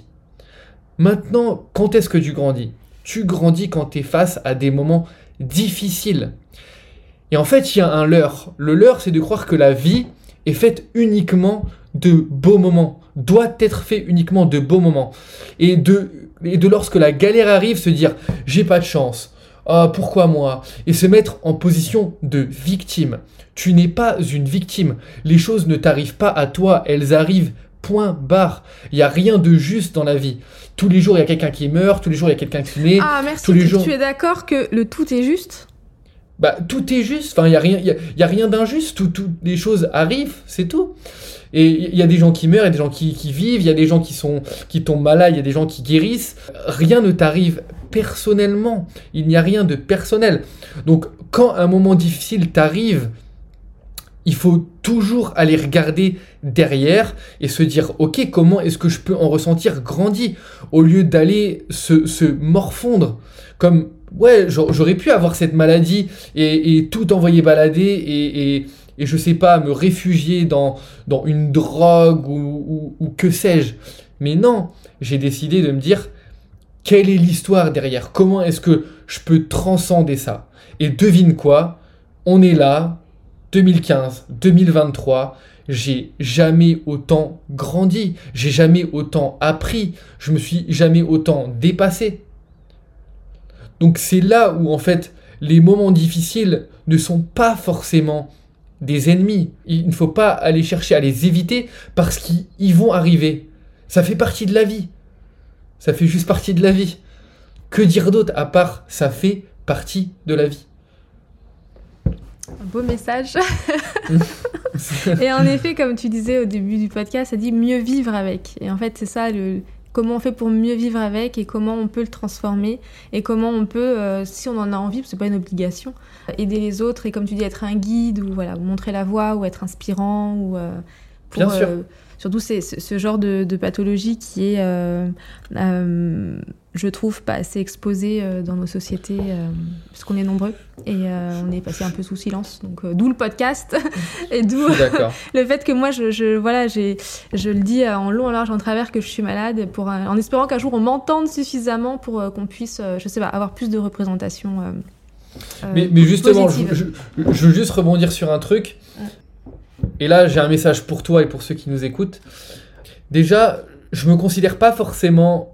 B: Maintenant, quand est-ce que tu grandis? Tu grandis quand tu es face à des moments difficiles. Et en fait, il y a un leurre. Le leurre, c'est de croire que la vie est faite uniquement de beaux moments, doit être fait uniquement de beaux moments, et de, et de lorsque la galère arrive, se dire j'ai pas de chance, ah, pourquoi moi, et se mettre en position de victime. Tu n'es pas une victime. Les choses ne t'arrivent pas à toi, elles arrivent, point barre. Il n'y a rien de juste dans la vie. Tous les jours, il y a quelqu'un qui meurt, tous les jours, il y a quelqu'un qui naît.
A: Ah, merci.
B: Tous les
A: tu,
B: jours...
A: tu es d'accord que le tout est juste ?
B: Bah, tout est juste. Enfin, il n'y a rien, il y a, il y a rien d'injuste. Toutes tout, les choses arrivent, c'est tout. Et il y a des gens qui meurent, il y a des gens qui, qui vivent, il y a des gens qui, sont, qui tombent malades, il y a des gens qui guérissent. Rien ne t'arrive personnellement. Il n'y a rien de personnel. Donc, quand un moment difficile t'arrive, il faut toujours aller regarder derrière et se dire « Ok, comment est-ce que je peux en ressentir grandi ?» au lieu d'aller se, se morfondre. Comme « Ouais, j'aurais pu avoir cette maladie et, et tout envoyer balader et, et, et je sais pas, me réfugier dans, dans une drogue ou, ou, ou que sais-je. » Mais non, j'ai décidé de me dire « Quelle est l'histoire derrière? Comment est-ce que je peux transcender ça ?» Et devine quoi? On est là, deux mille quinze, deux mille vingt-trois, j'ai jamais autant grandi, j'ai jamais autant appris, je me suis jamais autant dépassé. Donc c'est là où en fait les moments difficiles ne sont pas forcément des ennemis. Il ne faut pas aller chercher à les éviter parce qu'ils vont arriver. Ça fait partie de la vie. Ça fait juste partie de la vie. Que dire d'autre à part ça fait partie de la vie?
A: Un beau message. Et en effet, comme tu disais au début du podcast, ça dit mieux vivre avec. Et en fait, c'est ça, le, comment on fait pour mieux vivre avec et comment on peut le transformer et comment on peut, euh, si on en a envie, parce que c'est pas une obligation, aider les autres et comme tu dis, être un guide ou voilà, montrer la voie ou être inspirant ou euh, pour,
B: Bien sûr.
A: Euh, surtout c'est ce, ce genre de, de pathologie qui est, euh, euh, je trouve, pas assez exposé euh, dans nos sociétés euh, parce qu'on est nombreux et euh, on est passé un peu sous silence. Donc euh, d'où le podcast et d'où le fait que moi, je, je voilà, j'ai, je le dis en long, en large, en travers que je suis malade, pour, euh, en espérant qu'un jour on m'entende suffisamment pour euh, qu'on puisse, euh, je sais pas, avoir plus de représentation. Euh, euh,
B: mais, mais justement, je, je, je veux juste rebondir sur un truc. Ouais. Et là, j'ai un message pour toi et pour ceux qui nous écoutent. Déjà, je me considère pas forcément...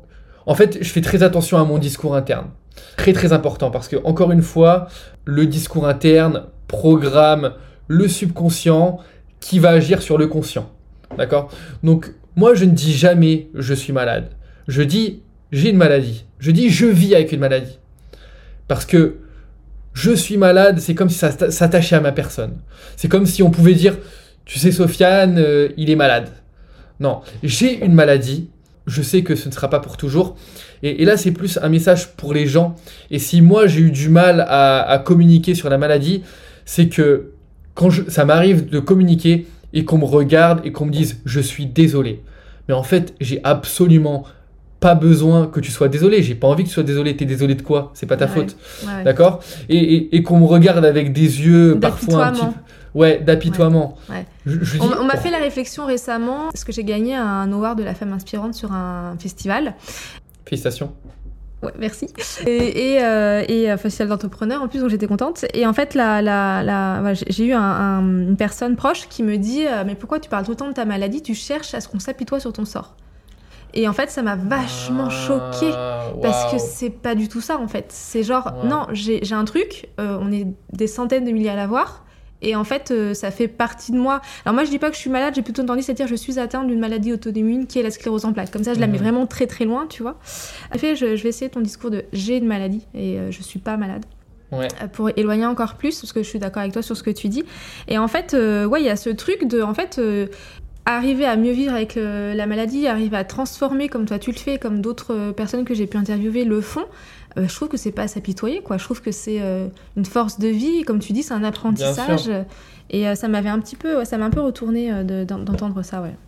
B: En fait, je fais très attention à mon discours interne. Très très important parce que, encore une fois, le discours interne programme le subconscient qui va agir sur le conscient. D'accord ? Donc, moi, je ne dis jamais « je suis malade ». Je dis « j'ai une maladie ». Je dis « je vis avec une maladie ». Parce que je suis malade, c'est comme si ça s'attachait à ma personne. C'est comme si on pouvait dire « tu sais, Sofiane, euh, il est malade ». Non, j'ai une maladie, je sais que ce ne sera pas pour toujours. Et, et là, c'est plus un message pour les gens. Et si moi, j'ai eu du mal à, à communiquer sur la maladie, c'est que quand je, ça m'arrive de communiquer et qu'on me regarde et qu'on me dise « je suis désolé ». Mais en fait, j'ai absolument pas besoin que tu sois désolé. J'ai pas envie que tu sois désolé. T'es désolé de quoi ? C'est pas ta
A: ouais,
B: faute.
A: Ouais.
B: D'accord ? et, et, et qu'on me regarde avec des yeux parfois un petit peu... Ouais, d'apitoiement.
A: Ouais, ouais.
B: Je, je
A: on,
B: dis,
A: on m'a
B: oh.
A: fait la réflexion récemment, parce que j'ai gagné un award de la femme inspirante sur un festival.
B: Félicitations.
A: Ouais, merci. Et, et, euh, et euh, festival d'entrepreneurs en plus, donc j'étais contente. Et en fait, la, la, la, voilà, j'ai eu un, un, une personne proche qui me dit euh, « Mais pourquoi tu parles tout le temps de ta maladie ? Tu cherches à ce qu'on s'apitoie sur ton sort. » Et en fait, ça m'a vachement ah, choquée, wow. Parce que c'est pas du tout ça, en fait. C'est genre, wow. non, j'ai, j'ai un truc, euh, on est des centaines de milliers à l'avoir, et en fait, euh, ça fait partie de moi. Alors moi, je dis pas que je suis malade, j'ai plutôt tendance à dire je suis atteinte d'une maladie auto-immune qui est la sclérose en plaques. Comme ça, je la mets mm-hmm. vraiment très très loin, tu vois. En fait, je, je vais essayer ton discours de j'ai une maladie, et euh, je suis pas malade.
B: Ouais.
A: Pour éloigner encore plus, parce que je suis d'accord avec toi sur ce que tu dis. Et en fait, euh, ouais, il y a ce truc de, en fait... Euh, arriver à mieux vivre avec euh, la maladie, arriver à transformer comme toi tu le fais, comme d'autres euh, personnes que j'ai pu interviewer le font, euh, je trouve que c'est pas à s'apitoyer, quoi. Je trouve que c'est euh, une force de vie, comme tu dis, c'est un apprentissage. Et euh, ça m'avait un petit peu, ouais, ça m'a un peu retourné euh, de, d'entendre ça, ouais.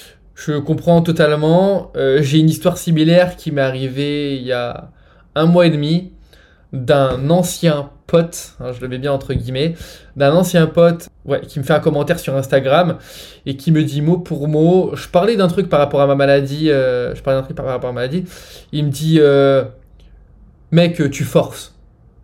B: Je comprends totalement. Euh, j'ai une histoire similaire qui m'est arrivée il y a un mois et demi d'un ancien pote, hein, je le mets bien entre guillemets, d'un ancien pote ouais, qui me fait un commentaire sur Instagram et qui me dit mot pour mot, je parlais d'un truc par rapport à ma maladie, euh, je parlais d'un truc par rapport à ma maladie, il me dit euh, mec, tu forces.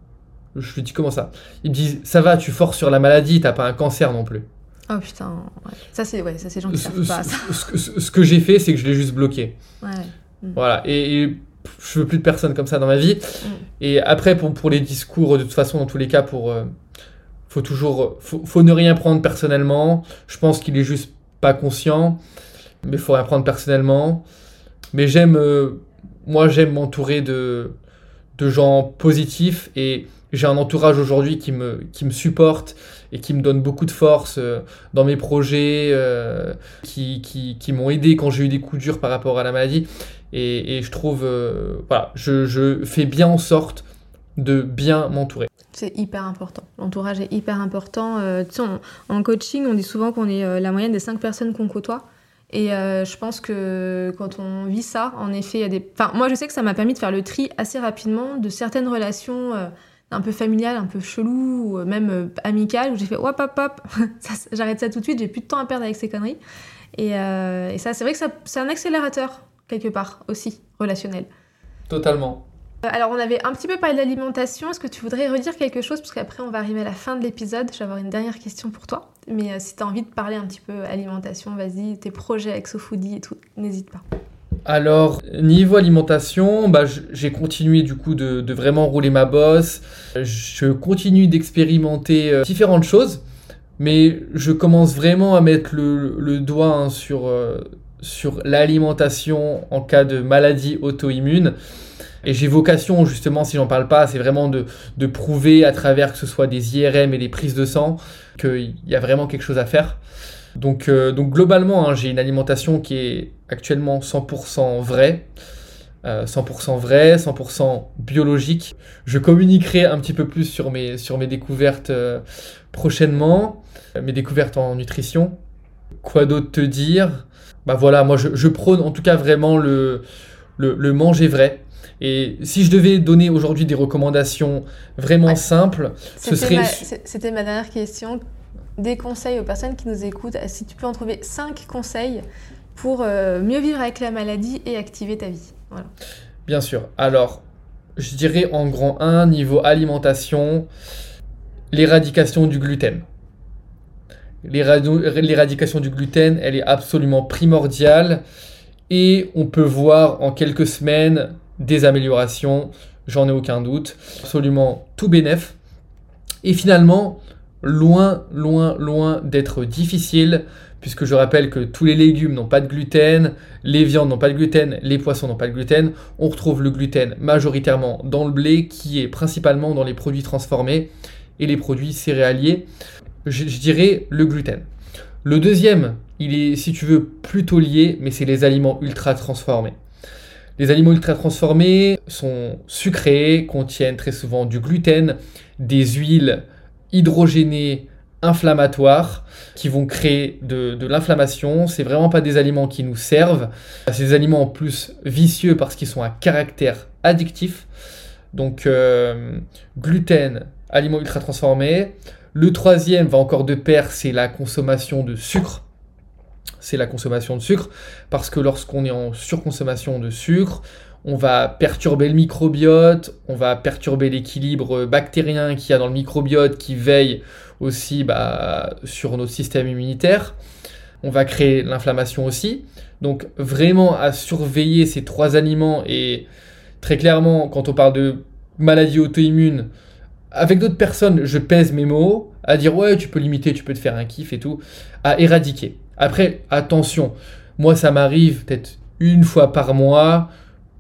B: Je lui dis comment ça ? Il me dit ça va, tu forces sur la maladie, t'as pas un cancer non plus.
A: Oh putain, ouais. ça c'est ouais, ça c'est gens qui savent pas ça.
B: Ce, ce, ce, ce que j'ai fait, c'est que je l'ai juste bloqué.
A: Ouais. Mm.
B: Voilà, et, et je veux plus de personnes comme ça dans ma vie. Mm. Et après, pour, pour les discours, de toute façon, dans tous les cas, pour, euh, faut toujours, faut, faut ne rien prendre personnellement. Je pense qu'il est juste pas conscient, mais il faut rien prendre personnellement. Mais j'aime, euh, moi, j'aime m'entourer de, de gens positifs et j'ai un entourage aujourd'hui qui me, qui me supporte et qui me donne beaucoup de force euh, dans mes projets, euh, qui, qui, qui m'ont aidé quand j'ai eu des coups durs par rapport à la maladie. Et, et je trouve, euh, voilà, je, je fais bien en sorte de bien m'entourer.
A: C'est hyper important. L'entourage est hyper important. Euh, tu sais, on, en coaching, on dit souvent qu'on est euh, la moyenne des cinq personnes qu'on côtoie. Et euh, je pense que quand on vit ça, en effet, il y a des... Enfin, moi, je sais que ça m'a permis de faire le tri assez rapidement de certaines relations euh, un peu familiales, un peu cheloues, ou même euh, amicales, où j'ai fait hop, hop, hop, ça, j'arrête ça tout de suite, j'ai plus de temps à perdre avec ces conneries. Et, euh, et ça, c'est vrai que ça, c'est un accélérateur, quelque part, aussi, relationnel.
B: Totalement.
A: Alors, on avait un petit peu parlé de l'alimentation. Est-ce que tu voudrais redire quelque chose ? Parce qu'après, on va arriver à la fin de l'épisode. Je vais avoir une dernière question pour toi. Mais euh, si tu as envie de parler un petit peu alimentation, vas-y, tes projets avec SoFoodie et tout, n'hésite pas.
B: Alors, niveau alimentation, bah, j'ai continué du coup de, de vraiment rouler ma bosse. Je continue d'expérimenter euh, différentes choses. Mais je commence vraiment à mettre le, le doigt hein, sur, euh, sur l'alimentation en cas de maladie auto-immune. Et j'ai vocation, justement, si j'en parle pas, c'est vraiment de, de prouver à travers que ce soit des I R M et des prises de sang qu'il y a vraiment quelque chose à faire. Donc, euh, donc globalement, hein, j'ai une alimentation qui est actuellement cent pour cent vraie, euh, cent pour cent vraie, cent pour cent biologique. Je communiquerai un petit peu plus sur mes, sur mes découvertes euh, prochainement, mes découvertes en nutrition. Quoi d'autre te dire ? Bah voilà, moi je, je prône en tout cas vraiment le, le, le manger vrai. Et si je devais donner aujourd'hui des recommandations vraiment ouais. simples,
A: c'était
B: ce serait...
A: Ma, c'était ma dernière question. Des conseils aux personnes qui nous écoutent. Si tu peux en trouver cinq conseils pour euh, mieux vivre avec la maladie et activer ta vie. Voilà.
B: Bien sûr. Alors, je dirais en grand un, niveau alimentation, l'éradication du gluten. L'éradication du gluten, elle est absolument primordiale. et on peut voir en quelques semaines des améliorations, j'en ai aucun doute, absolument tout bénef. Et finalement, loin, loin, loin d'être difficile, puisque je rappelle que tous les légumes n'ont pas de gluten, les viandes n'ont pas de gluten, les poissons n'ont pas de gluten. On retrouve le gluten majoritairement dans le blé, qui est principalement dans les produits transformés et les produits céréaliers. Je, je dirais le gluten. Le deuxième, il est, si tu veux, plutôt lié, mais c'est les aliments ultra transformés. Les aliments ultra transformés sont sucrés, contiennent très souvent du gluten, des huiles hydrogénées inflammatoires qui vont créer de, de l'inflammation. C'est vraiment pas des aliments qui nous servent. C'est des aliments en plus vicieux parce qu'ils sont à caractère addictif. Donc euh, gluten, aliments ultra transformés. Le troisième va encore de pair, c'est la consommation de sucre. C'est la consommation de sucre parce que lorsqu'on est en surconsommation de sucre, on va perturber le microbiote, on va perturber l'équilibre bactérien qu'il y a dans le microbiote qui veille aussi bah, sur notre système immunitaire. On va créer l'inflammation aussi. Donc vraiment à surveiller ces trois aliments et très clairement quand on parle de maladies auto-immunes, avec d'autres personnes, je pèse mes mots, à dire ouais tu peux limiter, tu peux te faire un kiff et tout, à éradiquer. Après, attention, moi ça m'arrive peut-être une fois par mois,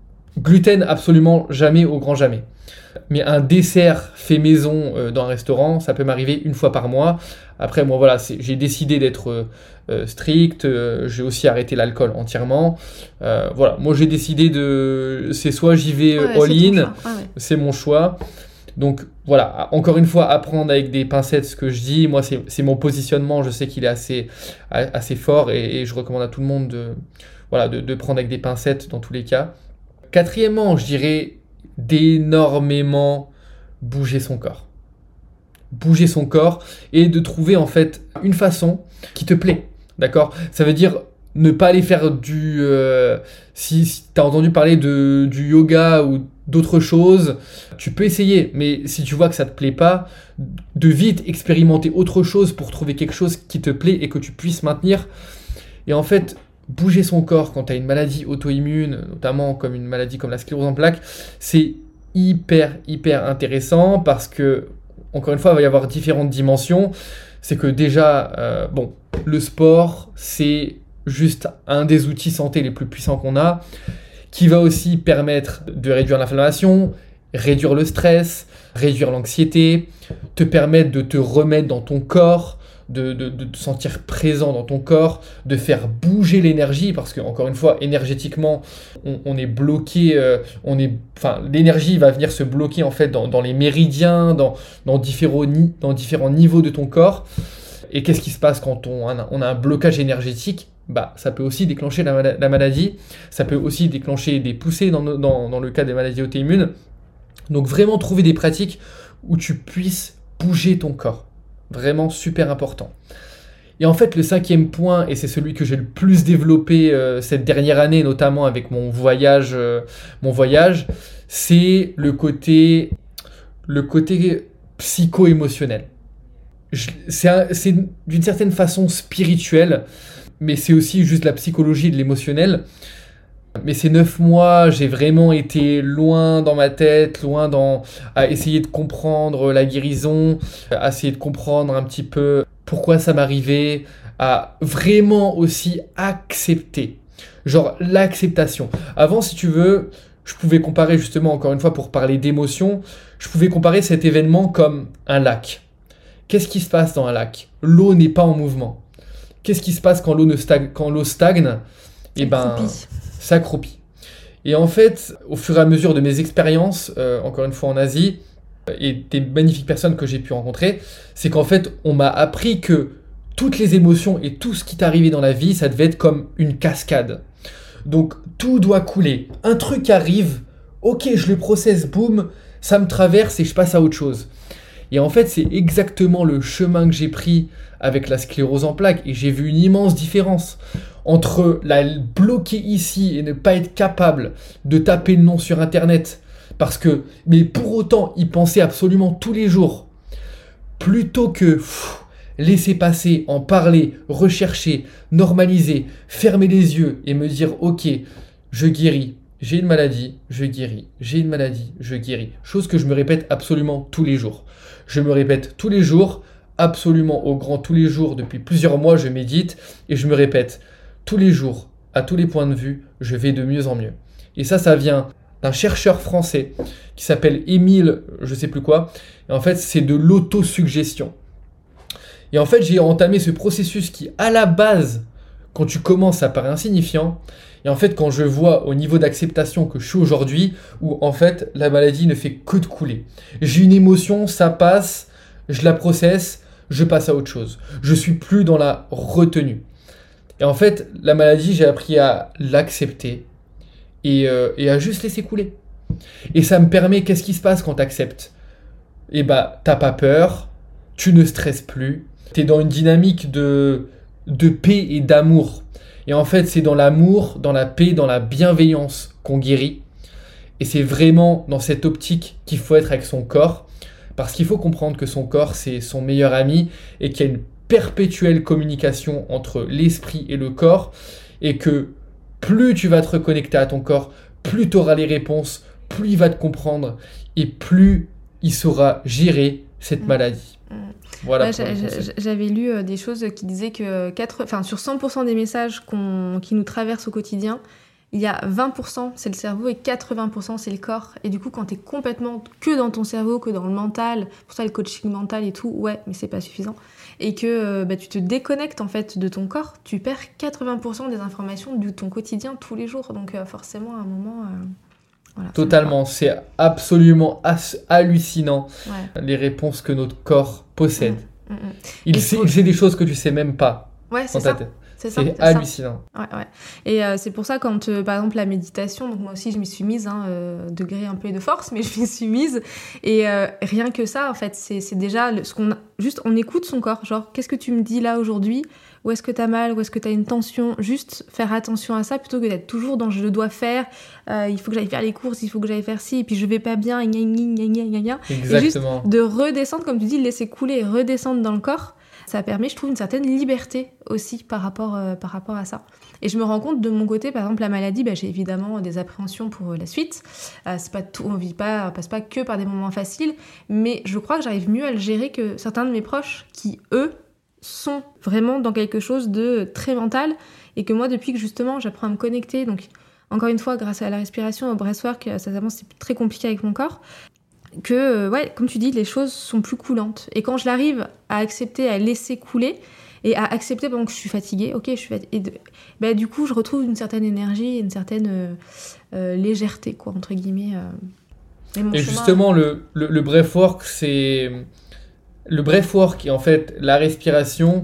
B: gluten absolument jamais au grand jamais. Mais un dessert fait maison euh, dans un restaurant, ça peut m'arriver une fois par mois. Après, moi voilà, c'est, j'ai décidé d'être euh, strict, euh, j'ai aussi arrêté l'alcool entièrement. Euh, voilà, moi j'ai décidé de, c'est soit j'y vais
A: Ouais,
B: all-in,
A: c'est, ah ouais.
B: c'est mon choix. Donc voilà, encore une fois, apprendre avec des pincettes ce que je dis. Moi, c'est, c'est mon positionnement. Je sais qu'il est assez, assez fort et, et je recommande à tout le monde de, voilà, de, de prendre avec des pincettes dans tous les cas. Quatrièmement, je dirais d'énormément bouger son corps. Bouger son corps et de trouver en fait une façon qui te plaît. D'accord ? Ça veut dire ne pas aller faire du... Euh, si si tu as entendu parler de, du yoga ou d'autres choses, tu peux essayer, mais si tu vois que ça ne te plaît pas, de vite expérimenter autre chose pour trouver quelque chose qui te plaît et que tu puisses maintenir. Et en fait, bouger son corps quand tu as une maladie auto-immune, notamment comme une maladie comme la sclérose en plaques, c'est hyper, hyper intéressant parce que, encore une fois, il va y avoir différentes dimensions. C'est que déjà, euh, bon, le sport, c'est juste un des outils santé les plus puissants qu'on a, qui va aussi permettre de réduire l'inflammation, réduire le stress, réduire l'anxiété, te permettre de te remettre dans ton corps, de, de, de te sentir présent dans ton corps, de faire bouger l'énergie, parce que encore une fois, énergétiquement, on, on est bloqué, euh, on est, enfin, l'énergie va venir se bloquer en fait dans, dans les méridiens, dans, dans, différents, dans différents niveaux de ton corps. Et qu'est-ce qui se passe quand on a, on a un blocage énergétique ? Bah, ça peut aussi déclencher la, la maladie, ça peut aussi déclencher des poussées dans, dans, dans le cas des maladies auto-immunes. Donc vraiment trouver des pratiques où tu puisses bouger ton corps. Vraiment super important. Et en fait, le cinquième point, et c'est celui que j'ai le plus développé euh, cette dernière année, notamment avec mon voyage, euh, mon voyage, c'est le côté, le côté psycho-émotionnel. Je, c'est, un, c'est d'une certaine façon spirituel, mais c'est aussi juste la psychologie de l'émotionnel. Mais ces neuf mois, j'ai vraiment été loin dans ma tête, loin dans à essayer de comprendre la guérison, à essayer de comprendre un petit peu pourquoi ça m'arrivait, à vraiment aussi accepter. Genre l'acceptation. Avant, si tu veux, je pouvais comparer justement, encore une fois, pour parler d'émotion, je pouvais comparer cet événement comme un lac. Qu'est-ce qui se passe dans un lac ? L'eau n'est pas en mouvement. Qu'est-ce qui se passe quand l'eau, ne stagne, quand l'eau stagne ? Eh ben, ça croupit. Et en fait, au fur et à mesure de mes expériences, euh, encore une fois en Asie, et des magnifiques personnes que j'ai pu rencontrer, c'est qu'en fait, on m'a appris que toutes les émotions et tout ce qui t'arrivait dans la vie, ça devait être comme une cascade. Donc, tout doit couler. Un truc arrive, ok, je le processe, boum, ça me traverse et je passe à autre chose. Et en fait, c'est exactement le chemin que j'ai pris avec la sclérose en plaques. Et j'ai vu une immense différence entre la bloquer ici et ne pas être capable de taper le nom sur Internet. Parce que, mais pour autant, y penser absolument tous les jours. Plutôt que pff, laisser passer, en parler, rechercher, normaliser, fermer les yeux et me dire « Ok, je guéris, j'ai une maladie, je guéris, j'ai une maladie, je guéris ». Chose que je me répète absolument tous les jours. Je me répète tous les jours, absolument au grand tous les jours, depuis plusieurs mois, je médite et je me répète tous les jours, à tous les points de vue, je vais de mieux en mieux. Et ça, ça vient d'un chercheur français qui s'appelle Émile, je sais plus quoi. Et en fait, c'est de l'autosuggestion. Et en fait, j'ai entamé ce processus qui, à la base, quand tu commences, ça paraît insignifiant. Et en fait, quand je vois au niveau d'acceptation que je suis aujourd'hui, où en fait, la maladie ne fait que de couler. J'ai une émotion, ça passe, je la processe, je passe à autre chose. Je suis plus dans la retenue. Et en fait, la maladie, j'ai appris à l'accepter et, euh, et à juste laisser couler. Et ça me permet, qu'est-ce qui se passe quand tu acceptes ? Eh bah, t'as pas peur, tu ne stresses plus, tu es dans une dynamique de, de paix et d'amour. Et en fait, c'est dans l'amour, dans la paix, dans la bienveillance qu'on guérit. Et c'est vraiment dans cette optique qu'il faut être avec son corps. Parce qu'il faut comprendre que son corps, c'est son meilleur ami et qu'il y a une perpétuelle communication entre l'esprit et le corps. Et que plus tu vas te reconnecter à ton corps, plus tu auras les réponses, plus il va te comprendre et plus il saura gérer cette maladie.
A: Mmh.
B: Voilà.
A: Ouais, j'a, j'a, j'avais lu euh, des choses qui disaient que quatre, enfin, sur cent pour cent des messages qu'on, qui nous traversent au quotidien, il y a vingt pour cent c'est le cerveau et quatre-vingts pour cent c'est le corps. Et du coup, quand tu es complètement que dans ton cerveau, que dans le mental, pour ça le coaching mental et tout, ouais, mais c'est pas suffisant. Et que euh, bah, tu te déconnectes en fait de ton corps, tu perds quatre-vingts pour cent des informations de ton quotidien tous les jours. Donc euh, forcément, à un moment... Euh... Voilà,
B: Totalement, c'est absolument as- hallucinant
A: ouais.
B: les réponses que notre corps possède.
A: Mmh, mmh, mmh.
B: Il sait,
A: faut...
B: il sait des choses que tu sais même pas
A: ouais,
B: dans
A: c'est
B: ta
A: ça.
B: tête.
A: C'est,
B: c'est,
A: ça, c'est
B: hallucinant.
A: Ça. Ouais, ouais. Et euh, c'est pour ça quand, euh, par exemple, la méditation, donc moi aussi je m'y suis mise, hein, euh, de gré un peu et de force, mais je m'y suis mise. Et euh, rien que ça, en fait, c'est, c'est déjà le, ce qu'on a, juste on écoute son corps. Genre, qu'est-ce que tu me dis là aujourd'hui ? Où est-ce que t'as mal ? Où est-ce que t'as une tension ? Juste faire attention à ça plutôt que d'être toujours dans je dois faire, euh, il faut que j'aille faire les courses, il faut que j'aille faire ci, et puis je vais pas bien, gna gna gna gna gna gna.
B: Exactement.
A: Et juste de redescendre, comme tu dis, laisser couler et redescendre dans le corps. Ça permet, je trouve, une certaine liberté aussi par rapport, euh, par rapport à ça. Et je me rends compte de mon côté, par exemple, la maladie, bah, j'ai évidemment des appréhensions pour la suite. Euh, c'est pas tout, on vit pas, on passe pas que par des moments faciles, mais je crois que j'arrive mieux à le gérer que certains de mes proches qui, eux, sont vraiment dans quelque chose de très mental et que moi, depuis que justement, j'apprends à me connecter, donc encore une fois, grâce à la respiration, au breathwork, ça s'avance, c'est très compliqué avec mon corps. Que, euh, ouais, comme tu dis, les choses sont plus coulantes. Et quand je l'arrive à accepter, à laisser couler, et à accepter pendant que je suis fatiguée, ok, je suis fatiguée, et de, bah, du coup, je retrouve une certaine énergie, une certaine euh, euh, légèreté, quoi, entre guillemets. Euh. Et, mon
B: et
A: chemin,
B: justement, euh... le, le, le breathwork, c'est... Le breathwork et en fait, la respiration,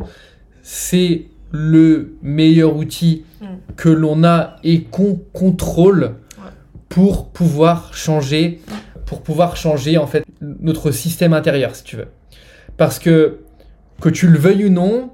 B: c'est le meilleur outil mm. que l'on a et qu'on contrôle ouais. pour pouvoir changer... Mm. pour pouvoir changer en fait notre système intérieur, si tu veux. Parce que, que tu le veuilles ou non,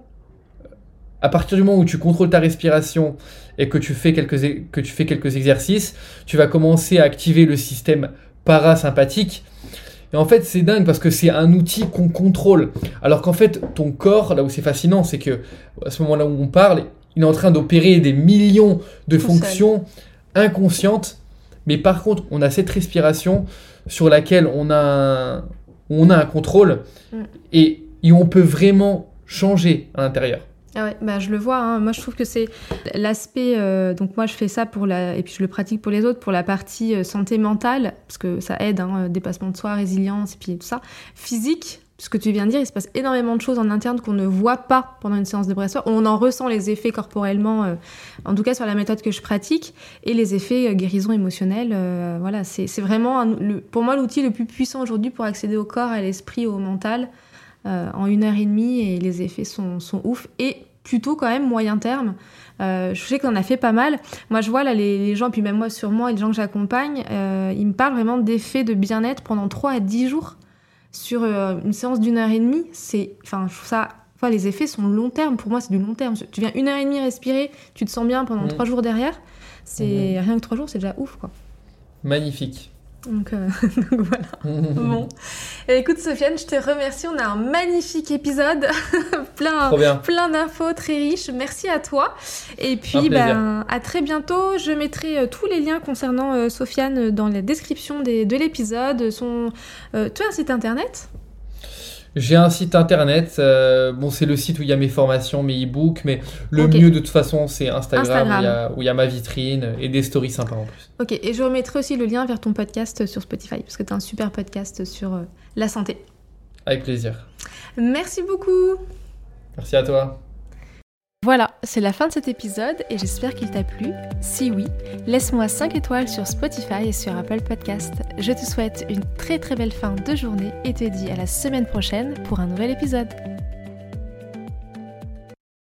B: à partir du moment où tu contrôles ta respiration et que tu fais quelques, que tu fais quelques exercices, tu vas commencer à activer le système parasympathique. Et en fait, c'est dingue parce que c'est un outil qu'on contrôle. Alors qu'en fait, ton corps, là où c'est fascinant, c'est que à ce moment-là où on parle, il est en train d'opérer des millions de Tout fonctions seul. inconscientes. Mais par contre, on a cette respiration sur laquelle on a un, on a un contrôle mm. et, et on peut vraiment changer à l'intérieur.
A: Ah ouais, bah je le vois, hein. Moi je trouve que c'est l'aspect, euh, donc moi je fais ça pour la, et puis je le pratique pour les autres, pour la partie euh, santé mentale, parce que ça aide, hein, dépassement de soi, résilience, et puis tout ça. Physique, ce que tu viens de dire, il se passe énormément de choses en interne qu'on ne voit pas pendant une séance de breathwork. On en ressent les effets corporellement, euh, en tout cas sur la méthode que je pratique, et les effets euh, guérison émotionnelle. Euh, voilà, c'est, c'est vraiment, un, le, pour moi, l'outil le plus puissant aujourd'hui pour accéder au corps, à l'esprit, au mental, euh, en une heure et demie, et les effets sont, sont ouf. Et plutôt quand même moyen terme. Euh, je sais qu'on a fait pas mal. Moi, je vois là les, les gens, puis même moi sur moi, et les gens que j'accompagne, euh, ils me parlent vraiment d'effets de bien-être pendant trois à dix jours. Sur euh, une séance d'une heure et demie, c'est, enfin, je trouve ça, enfin, les effets sont long terme. Pour moi, c'est du long terme. Tu viens une heure et demie respirer, tu te sens bien pendant mmh. trois jours derrière. C'est mmh. rien que trois jours, c'est déjà ouf, quoi.
B: Magnifique,
A: Donc, euh, donc voilà. Bon. Et écoute Sofiane, je te remercie. On a un magnifique épisode, plein, plein d'infos très riches. Merci à toi. Et puis ben, à très bientôt. Je mettrai euh, tous les liens concernant euh, Sofiane dans la description des, de l'épisode. Son, euh, tu as un site internet ?
B: J'ai un site internet, euh, bon c'est le site où il y a mes formations, mes e-books, mais le
A: okay.
B: mieux de toute façon c'est Instagram,
A: Instagram.
B: Où, il y a, où il y a ma vitrine et des stories sympas en plus.
A: Ok, et je remettrai aussi le lien vers ton podcast sur Spotify, parce que tu as un super podcast sur euh, la santé.
B: Avec plaisir.
A: Merci beaucoup.
B: Merci à toi.
A: Voilà, c'est la fin de cet épisode et j'espère qu'il t'a plu. Si oui, laisse-moi cinq étoiles sur Spotify et sur Apple Podcast. Je te souhaite une très très belle fin de journée et te dis à la semaine prochaine pour un nouvel épisode.